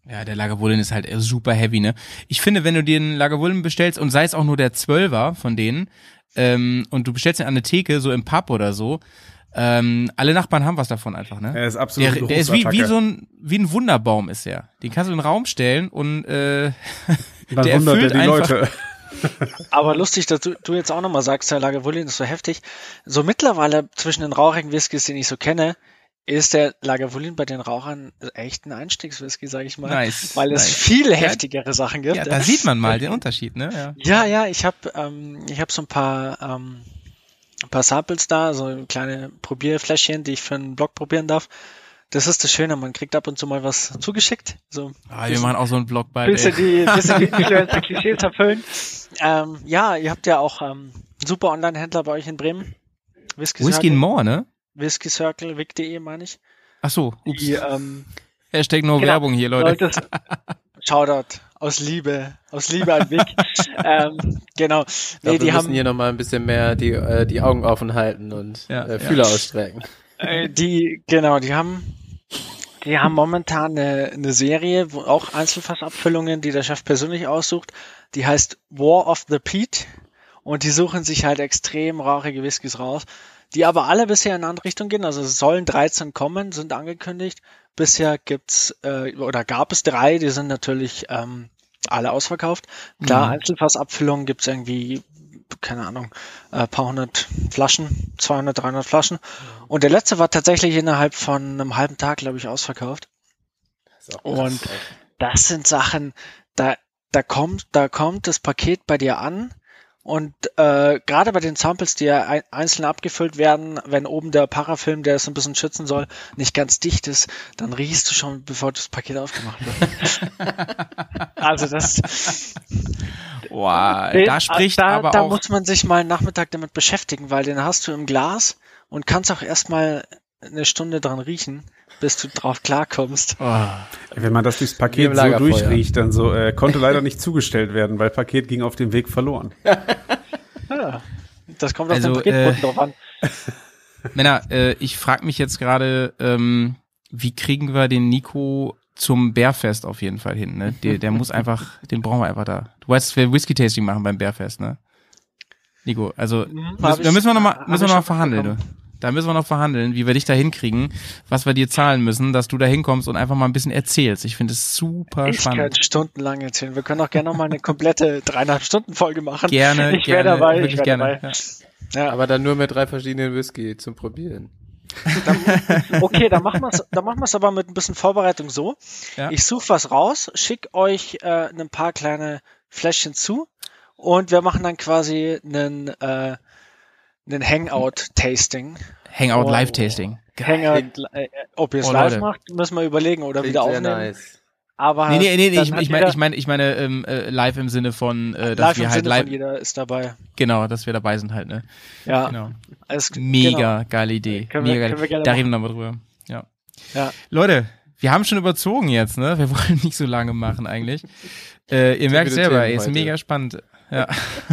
Ja, der Lagavulin ist halt super heavy, ne? Ich finde, wenn du dir einen Lagavulin bestellst und sei es auch nur der Zwölfer von denen, ähm, und du bestellst ihn an eine Theke, so im Pub oder so, ähm, alle Nachbarn haben was davon einfach, ne? Er ist absolut Der, der ist wie, wie so ein, wie ein Wunderbaum ist er. Den kannst du in den Raum stellen und, äh, Dann der wundert er erfüllt die einfach, Leute. Aber lustig, dass du, du jetzt auch nochmal sagst, der Lagavulin ist so heftig. So mittlerweile zwischen den rauchigen Whiskys, den ich so kenne, ist der Lagavulin bei den Rauchern echt ein Einstiegswhisky, sag ich mal. Nice, weil es nice. viel heftigere Sachen gibt. Ja, da sieht man mal den Unterschied, ne? Ja, Ja, ja, ich habe ähm, ich hab so ein paar, ähm, ein paar Samples da, so kleine Probierfläschchen, die ich für einen Blog probieren darf. Das ist das Schöne, man kriegt ab und zu mal was zugeschickt. So ah, wir machen auch so einen Blog bald, bisschen ey. die, bisschen die Influencer-Klischees erfüllen. Ähm, ja, ihr habt ja auch ähm, super Online-Händler bei euch in Bremen. Whisky, Whisky Circle, and More, ne? Whisky Circle, wic punkt de meine ich. Ach so, ups. Die, ähm, Hashtag nur genau, Werbung hier, Leute. solltest- Shoutout aus Liebe, aus Liebe an Vic. ähm, genau. Ich Nee, glaub, die wir haben müssen hier nochmal ein bisschen mehr die, äh, die Augen offen halten und Ja, äh, ja. Fühler ausstrecken. Äh, die, genau, die haben, die haben momentan eine, eine Serie, wo auch Einzelfassabfüllungen, die der Chef persönlich aussucht. Die heißt War of the Peat und die suchen sich halt extrem rauchige Whiskys raus, die aber alle bisher in eine andere Richtung gehen. Also es sollen dreizehn kommen, sind angekündigt. Bisher gibt's äh, oder gab es drei, die sind natürlich ähm, alle ausverkauft. Klar, Mhm. Einzelfassabfüllungen gibt's irgendwie, keine Ahnung, äh, paar hundert Flaschen, zweihundert, dreihundert Flaschen. Und der letzte war tatsächlich innerhalb von einem halben Tag, glaube ich, ausverkauft. Ist auch Und krass. das sind Sachen, da, da kommt, da kommt das Paket bei dir an und äh, gerade bei den Samples, die ja ein, einzeln abgefüllt werden, wenn oben der Parafilm, der es ein bisschen schützen soll, nicht ganz dicht ist, dann riechst du schon, bevor das Paket aufgemacht wird. Also das, Wow, den- da spricht da, aber da auch, muss man sich mal einen Nachmittag damit beschäftigen, weil den hast du im Glas und kannst auch erstmal eine Stunde dran riechen, bis du drauf klarkommst. oh, Wenn man das durchs Wie Paket im so Lagerfeuer. durchriecht, dann so, äh, konnte leider nicht zugestellt werden, weil Paket ging auf dem Weg verloren. Ja, das kommt auf Also, den Paketboten äh, drauf an. Männer, äh, ich frage mich jetzt gerade, ähm, wie kriegen wir den Nico zum Bärfest auf jeden Fall hin, ne? Der, der muss einfach, den brauchen wir einfach da. Du weißt, dass wir Whisky-Tasting machen beim Bärfest, ne? Nico, also, Mhm, hab müssen, da ich- müssen wir noch mal, hab müssen wir ich noch mal schon verhandeln, du. mitbekommen. Da müssen wir noch verhandeln, wie wir dich da hinkriegen, was wir dir zahlen müssen, dass du da hinkommst und einfach mal ein bisschen erzählst. Ich finde es super Ich spannend. könnte stundenlang erzählen. Wir können auch gerne noch mal eine komplette dreieinhalb Stunden Folge machen. Gerne, ich wäre gerne, dabei, ich wirklich wäre gerne. dabei. Ja. Ja, Aber dann nur mit drei verschiedenen Whisky zum Probieren. okay, dann machen wir es dann machen wir es aber mit ein bisschen Vorbereitung so. Ja. Ich suche was raus, schick euch äh, ein paar kleine Fläschchen zu und wir machen dann quasi einen, äh, einen Hangout-Tasting. Hangout Oh. Live-Tasting. Hangout, äh, ob ihr es Oh, live Leute. macht, müssen wir überlegen oder Klingt wieder sehr aufnehmen. nice. Aber Nee, nee, nee, nee dann ich, hat ich meine, jeder- ich meine, ich meine ähm, äh, live im Sinne von, äh, dass live wir im halt Sinne live, von jeder ist dabei. genau, dass wir dabei sind halt, ne? Ja, Genau. alles, Mega genau. geile Idee. Können wir- Mega können wir geil. gerne Da machen. reden wir nochmal drüber. Ja. Ja. Leute, wir haben schon überzogen jetzt, ne? Wir wollen nicht so lange machen eigentlich. Äh, ihr merkt viele selber, Themen ey, ist heute. mega spannend. Ja.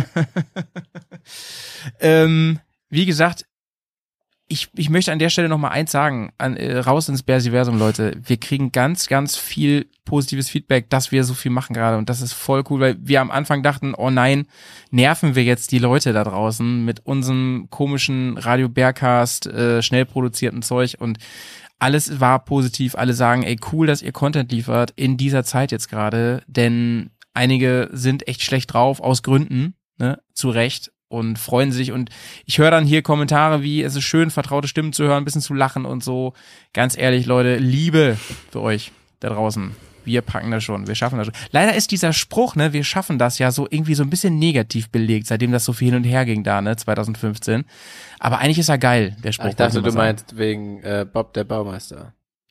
ähm, wie gesagt, ich, ich möchte an der Stelle noch mal eins sagen, an, äh, raus ins Bersiversum, Leute. Wir kriegen ganz, ganz viel positives Feedback, dass wir so viel machen gerade und das ist voll cool, weil wir am Anfang dachten, oh nein, nerven wir jetzt die Leute da draußen mit unserem komischen Radio Bearcast, äh, schnell produzierten Zeug und alles war positiv. Alle sagen, ey, cool, dass ihr Content liefert in dieser Zeit jetzt gerade, denn einige sind echt schlecht drauf, aus Gründen, ne, zu Recht und freuen sich und ich höre dann hier Kommentare wie, es ist schön, vertraute Stimmen zu hören, ein bisschen zu lachen und so. Ganz ehrlich, Leute, Liebe für euch da draußen. Wir packen das schon, wir schaffen das schon. Leider ist dieser Spruch, ne, wir schaffen das ja so irgendwie so ein bisschen negativ belegt, seitdem das so viel hin und her ging da, ne, zwanzig fünfzehn. Aber eigentlich ist er geil, der Spruch. Ah, ich dachte, muss du man sagen. meinst wegen äh, Bob der Baumeister.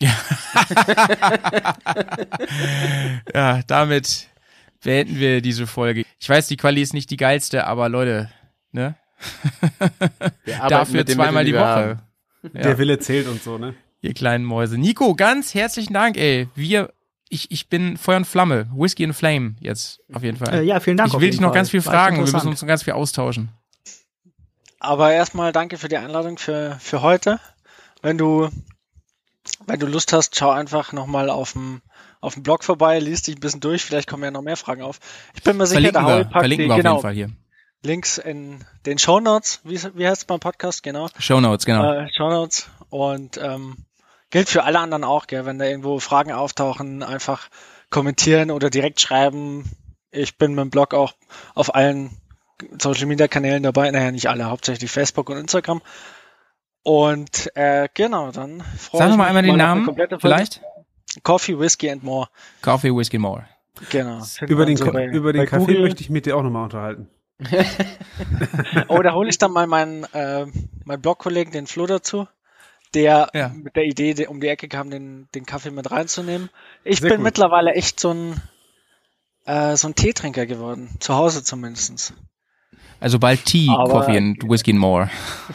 Ja, damit beenden wir diese Folge. Ich weiß, die Quali ist nicht die geilste, aber Leute, ne? Wir arbeiten Dafür mit den zweimal Mitteln, die wir Woche. haben. Ja, Der Wille zählt und so, ne? ihr kleinen Mäuse. Nico, ganz herzlichen Dank, ey. Wir, ich, ich bin Feuer und Flamme. Whiskey and Flame jetzt, auf jeden Fall. Äh, ja, vielen Dank. ich auf will jeden dich noch Fall. ganz viel War echt fragen. Wir müssen interessant. uns noch ganz viel austauschen. Aber erstmal danke für die Einladung für, für heute. Wenn du, wenn du Lust hast, schau einfach nochmal auf dem, auf dem Blog vorbei, liest dich ein bisschen durch, vielleicht kommen ja noch mehr Fragen auf. Ich bin mir sicher, Verlinken der Howie wir, packt verlinken die, wir auf genau, jeden Fall hier. Links in den Shownotes, wie, wie heißt es beim Podcast, genau. Shownotes, genau. Äh, Shownotes und ähm, gilt für alle anderen auch, gell, wenn da irgendwo Fragen auftauchen, einfach kommentieren oder direkt schreiben. Ich bin mit dem Blog auch auf allen Social Media Kanälen dabei, naja, nicht alle, hauptsächlich Facebook und Instagram. Und äh, genau, dann freue Sag ich noch mal mich einmal den mal auf eine Namen, komplette Folge. vielleicht? Coffee, Whiskey and More. Coffee, Whiskey, More. Genau. Über den, so Ko- bei, über den bei Kaffee Google. möchte ich mit dir auch nochmal unterhalten. Oh, da hole ich dann mal meinen, äh, meinen Blog-Kollegen, den Flo, dazu, der Ja. mit der Idee der um die Ecke kam, den, den Kaffee mit reinzunehmen. Ich Sehr bin gut. mittlerweile echt so ein, äh, so ein Teetrinker geworden. Zu Hause zumindest. Also bald Tea, Aber- Coffee and Whiskey and More.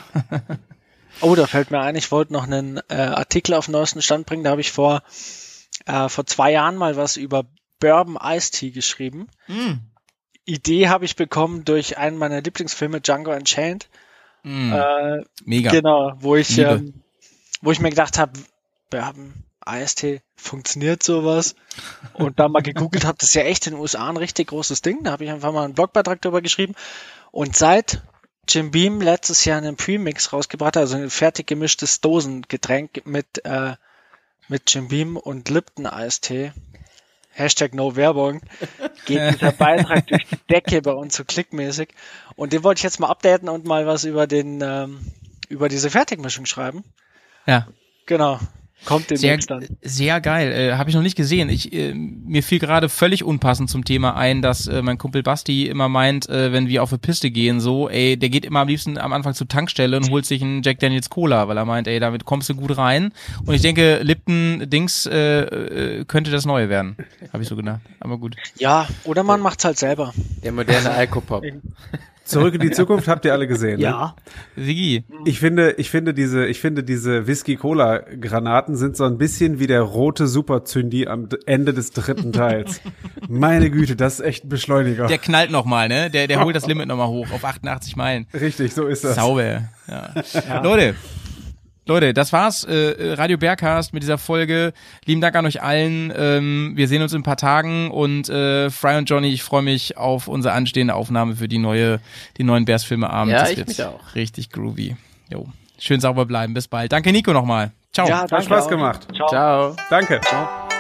Oh, da fällt mir ein, ich wollte noch einen äh, Artikel auf den neuesten Stand bringen. Da habe ich vor, äh, vor zwei Jahren mal was über Bourbon Iced Tea geschrieben. Idee habe ich bekommen durch einen meiner Lieblingsfilme, Django Unchained. Mm, Äh, mega. Genau, wo ich, Liebe. ähm, wo ich mir gedacht habe, Bourbon Iced Tea, funktioniert sowas? Und da mal gegoogelt habe, das ist ja echt in den U S A ein richtig großes Ding. Da habe ich einfach mal einen Blogbeitrag darüber geschrieben. Und seit Jim Beam letztes Jahr einen Premix rausgebracht hat, also ein fertig gemischtes Dosengetränk mit, äh, mit Jim Beam und Lipton Eistee, Hashtag No Werbung, geht dieser Beitrag durch die Decke bei uns so klickmäßig. Und den wollte ich jetzt mal updaten und mal was über den, ähm, über diese Fertigmischung schreiben. Ja. Genau. Kommt Sehr, demnächst dann. sehr geil. Äh, Habe ich noch nicht gesehen. Ich, äh, mir fiel gerade völlig unpassend zum Thema ein, dass äh, mein Kumpel Basti immer meint, äh, wenn wir auf eine Piste gehen, so, ey, der geht immer am liebsten am Anfang zur Tankstelle und holt sich einen Jack Daniels Cola, weil er meint, ey, damit kommst du gut rein. Und ich denke, Lipton Dings äh, äh, könnte das Neue werden. Habe ich so gedacht. Aber gut. Ja, oder man macht's halt selber. Der moderne Alkopop. Zurück in die Zukunft habt ihr alle gesehen, ne? Ja. Sigi. Ich finde, ich finde diese, ich finde diese Whisky-Cola-Granaten sind so ein bisschen wie der rote Superzündi am D- Ende des dritten Teils. Meine Güte, das ist echt ein Beschleuniger. Der knallt nochmal, ne? Der, der holt das Limit nochmal hoch auf achtundachtzig Meilen. Richtig, so ist das. Sauber. Ja. Leute, Leute, das war's. Äh, Radio Bergcast mit dieser Folge. Lieben Dank an euch allen. Ähm, wir sehen uns in ein paar Tagen und äh, Fry und Johnny, ich freue mich auf unsere anstehende Aufnahme für die neue, die neuen Bears-Filme-Abend. Ja, Das ich wird mich auch. richtig groovy. Jo. Schön sauber bleiben. Bis bald. Danke, Nico, nochmal. Ciao. Ja, Hat danke Spaß auch. gemacht. Ciao. Ciao. Danke. Ciao.